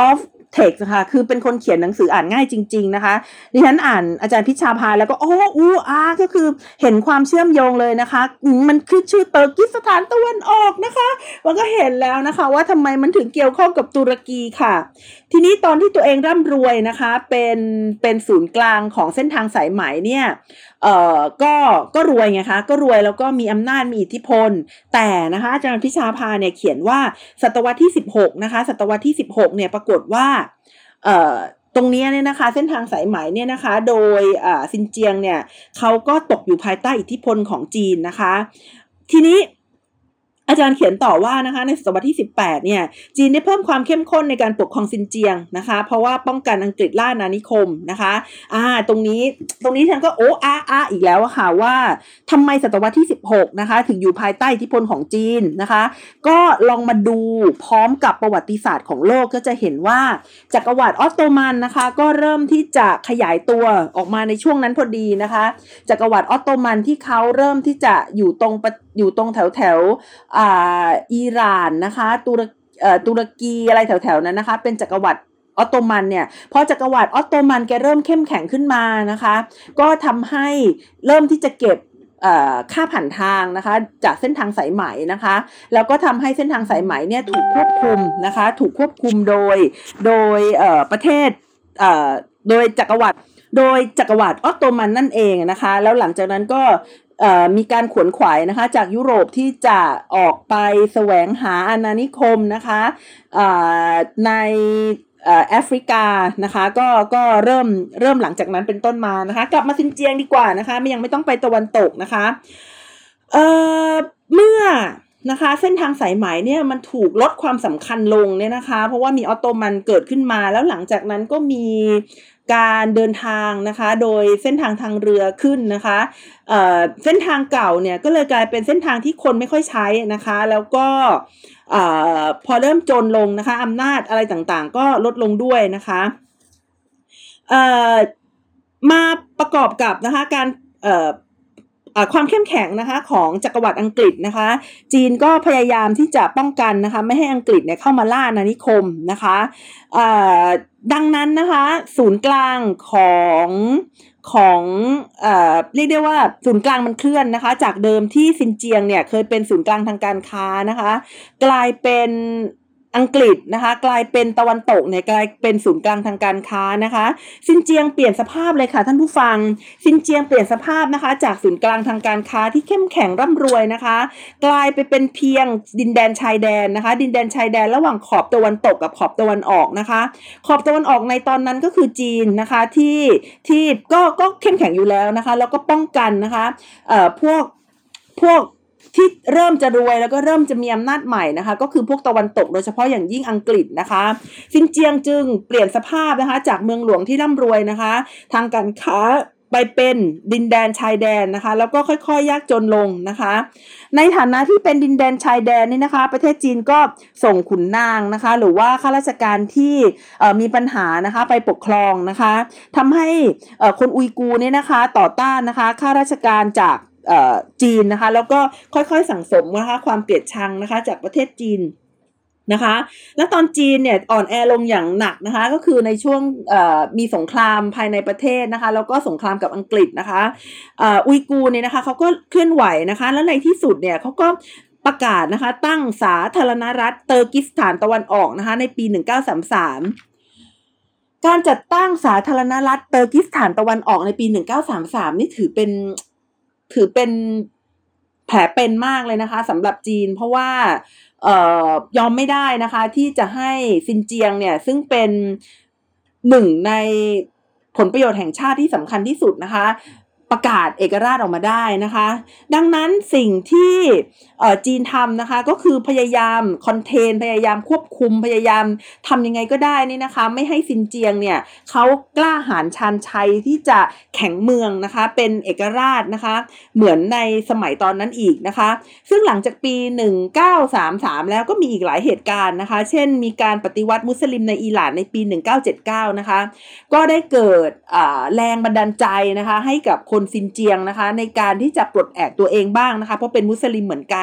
text นะคะคือเป็นคนเขียนหนังสืออ่านง่ายจริงๆนะคะดิฉันอ่านอาจารย์พิชชาภาแล้วก็โอ้อู้อาก็คือเห็นความเชื่อมโยงเลยนะคะมันคือชื่อเตอร์กิสถานตะวันออกนะคะมันก็เห็นแล้วนะคะว่าทำไมมันถึงเกี่ยวข้องกับตุรกีค่ะทีนี้ตอนที่ตัวเองร่ำรวยนะคะเป็นเป็นศูนย์กลางของเส้นทางสายไหมเนี่ยเอ่อก็ก็รวยไงคะก็รวยแล้วก็มีอำนาจมีอิทธิพลแต่นะคะอาจารย์พิชาภาเนี่ยเขียนว่าศตวรรษที่สิบหกนะคะศตวรรษที่สิบหกเนี่ยปรากฏว่าเอ่อตรงนี้เนี่ยนะคะเส้นทางสายไหมเนี่ยนะคะโดยอ่าซินเจียงเนี่ยเขาก็ตกอยู่ภายใต้อิทธิพลของจีนนะคะทีนี้อาจารย์เขียนต่อว่านะคะในศตวรรษที่สิบแปดเนี่ยจีนได้เพิ่มความเข้มข้นในการปกครองซินเจียงนะคะเพราะว่าป้องกันอังกฤษล่าอาณานิคมนะคะอ่าตรงนี้ตรงนี้ฉันก็โอ้อาอาอีกแล้วอะค่ะว่าทำไมศตวรรษที่สิบหกนะคะถึงอยู่ภายใต้อิทธิพลของจีนนะคะก็ลองมาดูพร้อมกับประวัติศาสตร์ของโลกก็จะเห็นว่าจักรวรรดิออตโตมันนะคะก็เริ่มที่จะขยายตัวออกมาในช่วงนั้นพอดีนะคะจักรวรรดิออตโตมันที่เขาเริ่มที่จะอยู่ตรงอยู่ตรงแถวแถวอ่าอิหร่านนะคะตุรเอ่อตุรกีอะไรแถวๆนั้นนะคะเป็นจักรวรรดิออตโตมันเนี่ยพอจักรวรรดิออตโตมันแกเริ่มเข้มแข็งขึ้นมานะคะก็ทำให้เริ่มที่จะเก็บค่าผ่านทางนะคะจากเส้นทางสายไหมนะคะแล้วก็ทำให้เส้นทางสายไหมเนี่ยถูกควบคุมนะคะถูกควบคุมโดยโดยประเทศโดยจักรวรรดิโดยจักรวรรดิออตโตมันนั่นเองนะคะแล้วหลังจากนั้นก็มีการขวนขวายนะคะจากยุโรปที่จะออกไปแสวงหาอาณานิคมนะคะในแอฟริกานะคะก็ก็เริ่มเริ่มหลังจากนั้นเป็นต้นมานะคะกลับมาซินเจียงดีกว่านะคะไม่ยังไม่ต้องไปตะวันตกนะคะเอ่อเมื่อนะคะเส้นทางสายไหมเนี่ยมันถูกลดความสำคัญลงเนี่ยนะคะเพราะว่ามีออตโตมันเกิดขึ้นมาแล้วหลังจากนั้นก็มีการเดินทางนะคะโดยเส้นทางทางเรือขึ้นนะคะเอ่อเส้นทางเก่าเนี่ยก็เลยกลายเป็นเส้นทางที่คนไม่ค่อยใช้นะคะแล้วก็เอ่อพอเริ่มจนลงนะคะอำนาจอะไรต่างๆก็ลดลงด้วยนะคะเอ่อมาประกอบกับนะคะการเอ่อความเข้มแข็งนะคะของจักรวรรดิอังกฤษนะคะจีนก็พยายามที่จะป้องกันนะคะไม่ให้อังกฤษเนี่ยเข้ามาล่าอาณานิคมนะคะดังนั้นนะคะศูนย์กลางของของเอ่อเรียกได้ว่าศูนย์กลางมันเคลื่อนนะคะจากเดิมที่ซินเจียงเนี่ยเคยเป็นศูนย์กลางทางการค้านะคะกลายเป็นอังกฤษนะคะกลายเป็นตะวันตกเนี่ยกลายเป็นศูนย์กลางทางการค้านะคะซินเจียงเปลี่ยนสภาพเลยค่ะท่านผู้ฟังซินเจียงเปลี่ยนสภาพนะคะจากศูนย์กลางทางการค้าที่เข้มแข็งร่ำรวยนะคะกลายไปเป็นเพียงดินแดนชายแดนนะคะดินแดนชายแดนระหว่างขอบตะวันตกกับขอบตะวันออกนะคะขอบตะวันออกในตอนนั้นก็คือจีนนะคะที่ที่ก็ก็เข้มแข็งอยู่แล้วนะคะแล้วก็ป้องกันนะคะเอ่อพวกพวกที่เริ่มจะรวยแล้วก็เริ่มจะมีอำนาจใหม่นะคะก็คือพวกตะวันตกโดยเฉพาะอย่างยิ่งอังกฤษนะคะซินเจียงจึงเปลี่ยนสภาพนะคะจากเมืองหลวงที่ร่ำรวยนะคะทางการค้าไปเป็นดินแดนชายแดนนะคะแล้วก็ค่อยๆ ยากจนลงนะคะในฐานะที่เป็นดินแดนชายแดนนี่นะคะประเทศจีนก็ส่งขุนนางนะคะหรือว่าข้าราชการที่มีปัญหานะคะไปปกครองนะคะทำให้คนอุยกูร์เนี่ยนะคะต่อต้านนะคะข้าราชการจากจีนนะคะแล้วก็ค่อยๆสั่งสมนะคะความเกลียดชังนะคะจากประเทศจีนนะคะแล้วตอนจีนเนี่ยอ่อนแอลงอย่างหนักนะคะก็คือในช่วงมีสงครามภายในประเทศนะคะแล้วก็สงครามกับอังกฤษนะคะอุยกูร์เนี่ยนะคะเขาก็เคลื่อนไหวนะคะแล้วในที่สุดเนี่ยเขาก็ประกาศนะคะตั้งสาธารณรัฐเตอร์กิสถานตะวันออกนะคะในปีหนึ่งพันเก้าร้อยสามสิบสามการจัดตั้งสาธารณรัฐเตอร์กิสถานตะวันออกในปีหนึ่งพันเก้าร้อยสามสิบสามนี่ถือเป็นถือเป็นแผลเป็นมากเลยนะคะสำหรับจีนเพราะว่าเอ่อยอมไม่ได้นะคะที่จะให้ซินเจียงเนี่ยซึ่งเป็นหนึ่งในผลประโยชน์แห่งชาติที่สำคัญที่สุดนะคะประกาศเอกราชออกมาได้นะคะดังนั้นสิ่งที่จีนทำนะคะก็คือพยายามคอนเทนพยายามควบคุมพยายามทำยังไงก็ได้นี่นะคะไม่ให้ซินเจียงเนี่ยเขากล้าหาญชาญชัยที่จะแข็งเมืองนะคะเป็นเอกราชนะคะเหมือนในสมัยตอนนั้นอีกนะคะซึ่งหลังจากปีหนึ่งพันเก้าร้อยสามสิบสามแล้วก็มีอีกหลายเหตุการณ์นะคะเช่นมีการปฏิวัติมุสลิมในอิหร่านในปีหนึ่งพันเก้าร้อยเจ็ดสิบเก้านะคะก็ได้เกิดแรงบันดาลใจนะคะให้กับคนซินเจียงนะคะในการที่จะปลดแอกตัวเองบ้างนะคะเพราะเป็นมุสลิมเหมือนกัน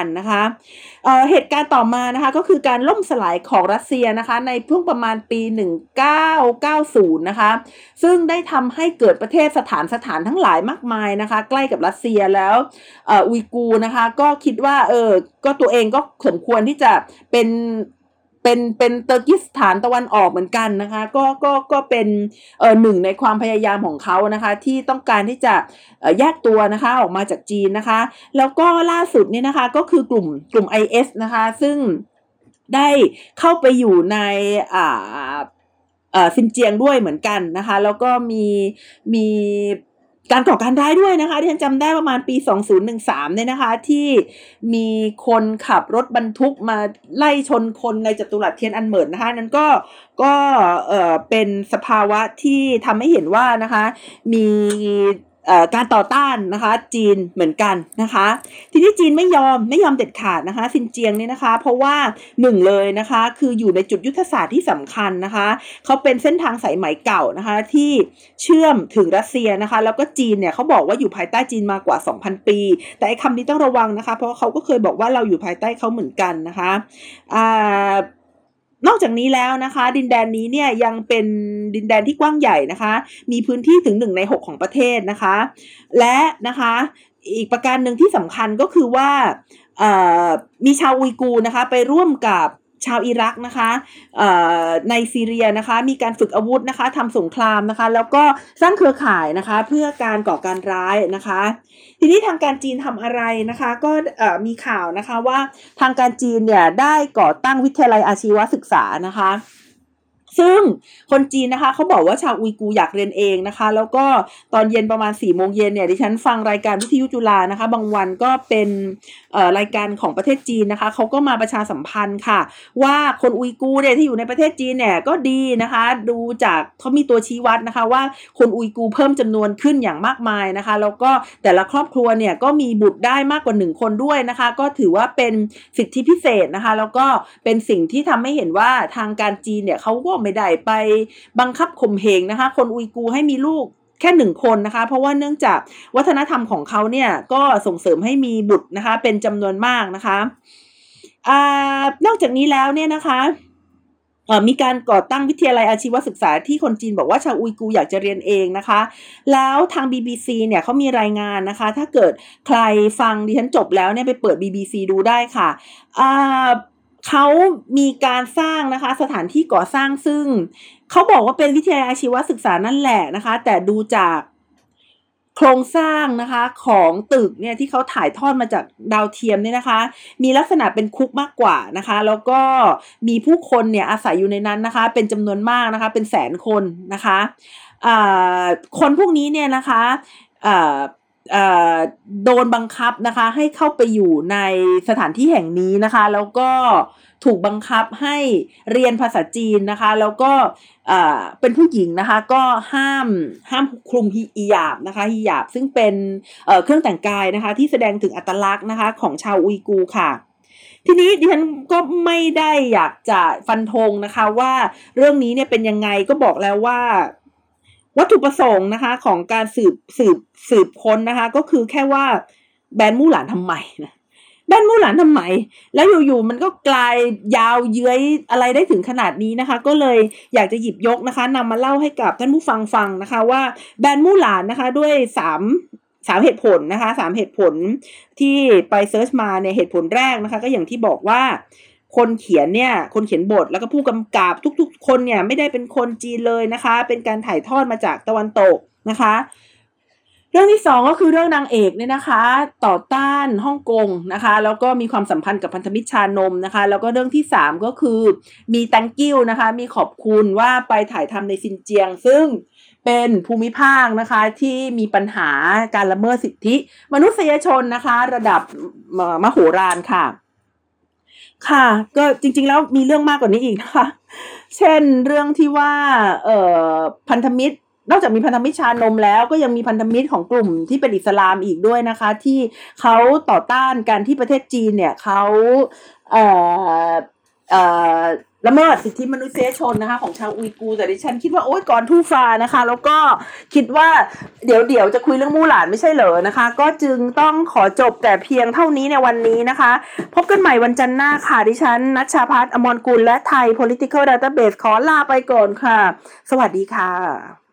นะคะเอ่อเหตุการณ์ต่อมานะคะก็คือการล่มสลายของรัสเซียนะคะในช่วงประมาณปีหนึ่งพันเก้าร้อยเก้าสิบนะคะซึ่งได้ทำให้เกิดประเทศสถานสถานทั้งหลายมากมายนะคะใกล้กับรัสเซียแล้วเอ่ออุยกูร์นะคะก็คิดว่าเออก็ตัวเองก็สมควรที่จะเป็นเป็นเป็นเตอร์กิสถานตะวันออกเหมือนกันนะคะก็ก็ก็เป็นเอ่อหนึ่งในความพยายามของเขานะคะที่ต้องการที่จะเอ่อแยกตัวนะคะออกมาจากจีนนะคะแล้วก็ล่าสุดนี่นะคะก็คือกลุ่มกลุ่ม ไอ เอส นะคะซึ่งได้เข้าไปอยู่ในอ่าเอ่อซินเจียงด้วยเหมือนกันนะคะแล้วก็มีมีการก่อการร้ายด้วยนะคะที่ฉันจำได้ประมาณปีสองพันสิบสามเนี่ยนะคะที่มีคนขับรถบรรทุกมาไล่ชนคนในจัตุรัสเทียนอันเหมินนะคะนั้นก็ก็เอ่อเป็นสภาวะที่ทำให้เห็นว่านะคะมีเอ่อการต่อต้านนะคะจีนเหมือนกันนะคะทีนี้จีนไม่ยอมไม่ยอมเด็ดขาดนะคะซินเจียงนี่นะคะเพราะว่าหนึ่งเลยนะคะคืออยู่ในจุดยุทธศาสตร์ที่สำคัญนะคะเขาเป็นเส้นทางสายไหมเก่านะคะที่เชื่อมถึงรัสเซียนะคะแล้วก็จีนเนี่ยเขาบอกว่าอยู่ภายใต้จีนมากว่า สองพัน ปีแต่ไอ้คำนี้ต้องระวังนะคะเพราะเขาก็เคยบอกว่าเราอยู่ภายใต้เขาเหมือนกันนะคะอ่านอกจากนี้แล้วนะคะดินแดนนี้เนี่ยยังเป็นดินแดนที่กว้างใหญ่นะคะมีพื้นที่ถึงหนึ่งในหกของประเทศนะคะและนะคะอีกประการหนึ่งที่สำคัญก็คือว่ามีชาวอุยกูร์นะคะไปร่วมกับชาวอิรักนะคะในซีเรียนะคะมีการฝึกอาวุธนะคะทำสงครามนะคะแล้วก็สร้างเครือข่ายนะคะเพื่อการก่อการร้ายนะคะทีนี้ทางการจีนทำอะไรนะคะก็มีข่าวนะคะว่าทางการจีนเนี่ยได้ก่อตั้งวิทยาลัยอาชีวศึกษานะคะซึ่งคนจีนนะคะเขาบอกว่าชาวอุยกูร์อยากเรียนเองนะคะแล้วก็ตอนเย็นประมาณสี่โมงเย็นเนี่ยดิฉันฟังรายการวิทยุจุฬานะคะบางวันก็เป็นเอ่อรายการของประเทศจีนนะคะเขาก็มาประชาสัมพันธ์ค่ะว่าคนอุยกูร์เนี่ยที่อยู่ในประเทศจีนเนี่ยก็ดีนะคะดูจากเขามีตัวชี้วัดนะคะว่าคนอุยกูร์เพิ่มจำนวนขึ้นอย่างมากมายนะคะแล้วก็แต่ละครอบครัวเนี่ยก็มีบุตรได้มากกว่าหนึ่งคนด้วยนะคะก็ถือว่าเป็นสิทธิพิเศษนะคะแล้วก็เป็นสิ่งที่ทำให้เห็นว่าทางการจีนเนี่ยเขาก็ไม่ได้ไปบังคับข่มเหงนะคะคนอุยกูร์ให้มีลูกแค่หนึ่งคนนะคะเพราะว่าเนื่องจากวัฒนธรรมของเขาเนี่ยก็ส่งเสริมให้มีบุตรนะคะเป็นจำนวนมากนะคะอ่านอกจากนี้แล้วเนี่ยนะคะเอ่อมีการก่อตั้งวิทยาลัยอาชีวศึกษาที่คนจีนบอกว่าชาวอุยกูร์อยากจะเรียนเองนะคะแล้วทาง บี บี ซี เนี่ยเขามีรายงานนะคะถ้าเกิดใครฟังดิฉันจบแล้วเนี่ยไปเปิด บี บี ซี ดูได้ค่ะอ่าเขามีการสร้างนะคะสถานที่ก่อสร้างซึ่งเขาบอกว่าเป็นวิทยาลัยอาชีวศึกษานั่นแหละนะคะแต่ดูจากโครงสร้างนะคะของตึกเนี่ยที่เขาถ่ายทอดมาจากดาวเทียมเนี่ยนะคะมีลักษณะเป็นคุกมากกว่านะคะแล้วก็มีผู้คนเนี่ยอาศัยอยู่ในนั้นนะคะเป็นจำนวนมากนะคะเป็นแสนคนนะคะอ่าคนพวกนี้เนี่ยนะคะอ่าโดนบังคับนะคะให้เข้าไปอยู่ในสถานที่แห่งนี้นะคะแล้วก็ถูกบังคับให้เรียนภาษาจีนนะคะแล้วก็เป็นผู้หญิงนะคะก็ห้ามห้ามคลุมฮิญาบนะคะฮิญาบซึ่งเป็นเครื่องแต่งกายนะคะที่แสดงถึงอัตลักษณ์นะคะของชาวอุยกูร์ค่ะทีนี้ดิฉันก็ไม่ได้อยากจะฟันธงนะคะว่าเรื่องนี้เนี่ยเป็นยังไงก็บอกแล้วว่าวัตถุประสงค์นะคะของการสืบสืบสืบค้นนะคะก็คือแค่ว่าแบนมู่หลานทำไมนะแบนมู่หลานทำไมแล้วอยู่ๆมันก็กลายยาวเยื้อยอะไรได้ถึงขนาดนี้นะคะก็เลยอยากจะหยิบยกนะคะนำมาเล่าให้กับท่านผู้ฟังฟังนะคะว่าแบนมู่หลานนะคะด้วยสามสามเหตุผลนะคะสามเหตุผลที่ไปเซิร์ชมาเนี่ยเหตุผลแรกนะคะก็อย่างที่บอกว่าคนเขียนเนี่ยคนเขียนบทแล้วก็ผู้กำกับทุกๆคนเนี่ยไม่ได้เป็นคนจีนเลยนะคะเป็นการถ่ายทอดมาจากตะวันตกนะคะเรื่องที่สองก็คือเรื่องนางเอกเนี่ยนะคะต่อต้านฮ่องกงนะคะแล้วก็มีความสัมพันธ์กับพันธมิตรชานมนะคะแล้วก็เรื่องที่สามก็คือมี thank you นะคะมีขอบคุณว่าไปถ่ายทำในซินเจียงซึ่งเป็นภูมิภาคนะคะที่มีปัญหาการละเมิดสิทธิมนุษยชนนะคะระดับมโหฬารค่ะค่ะก็จริงๆแล้วมีเรื่องมากกว่านี้อีกนะคะเช่นเรื่องที่ว่าเอ่อพันธมิตรนอกจากมีพันธมิตรชานมแล้วก็ยังมีพันธมิตรของกลุ่มที่เป็นอิสลามอีกด้วยนะคะที่เขาต่อต้านการที่ประเทศจีนเนี่ยเขาเอ่อเอ่อละเมิดสิทธิมนุษยชนนะคะของชาวอุยกูร์แต่ดิฉันคิดว่าโอ๊ยก่อนทู่ฟานะคะแล้วก็คิดว่าเดี๋ยวเดี๋ยวจะคุยเรื่องมู่หลานไม่ใช่เหรอนะคะก็จึงต้องขอจบแต่เพียงเท่านี้ในวันนี้นะคะพบกันใหม่วันจันทร์หน้าค่ะดิฉันณัชชาภัทร อมรกุลและไทย Political Database ขอลาไปก่อนค่ะสวัสดีค่ะ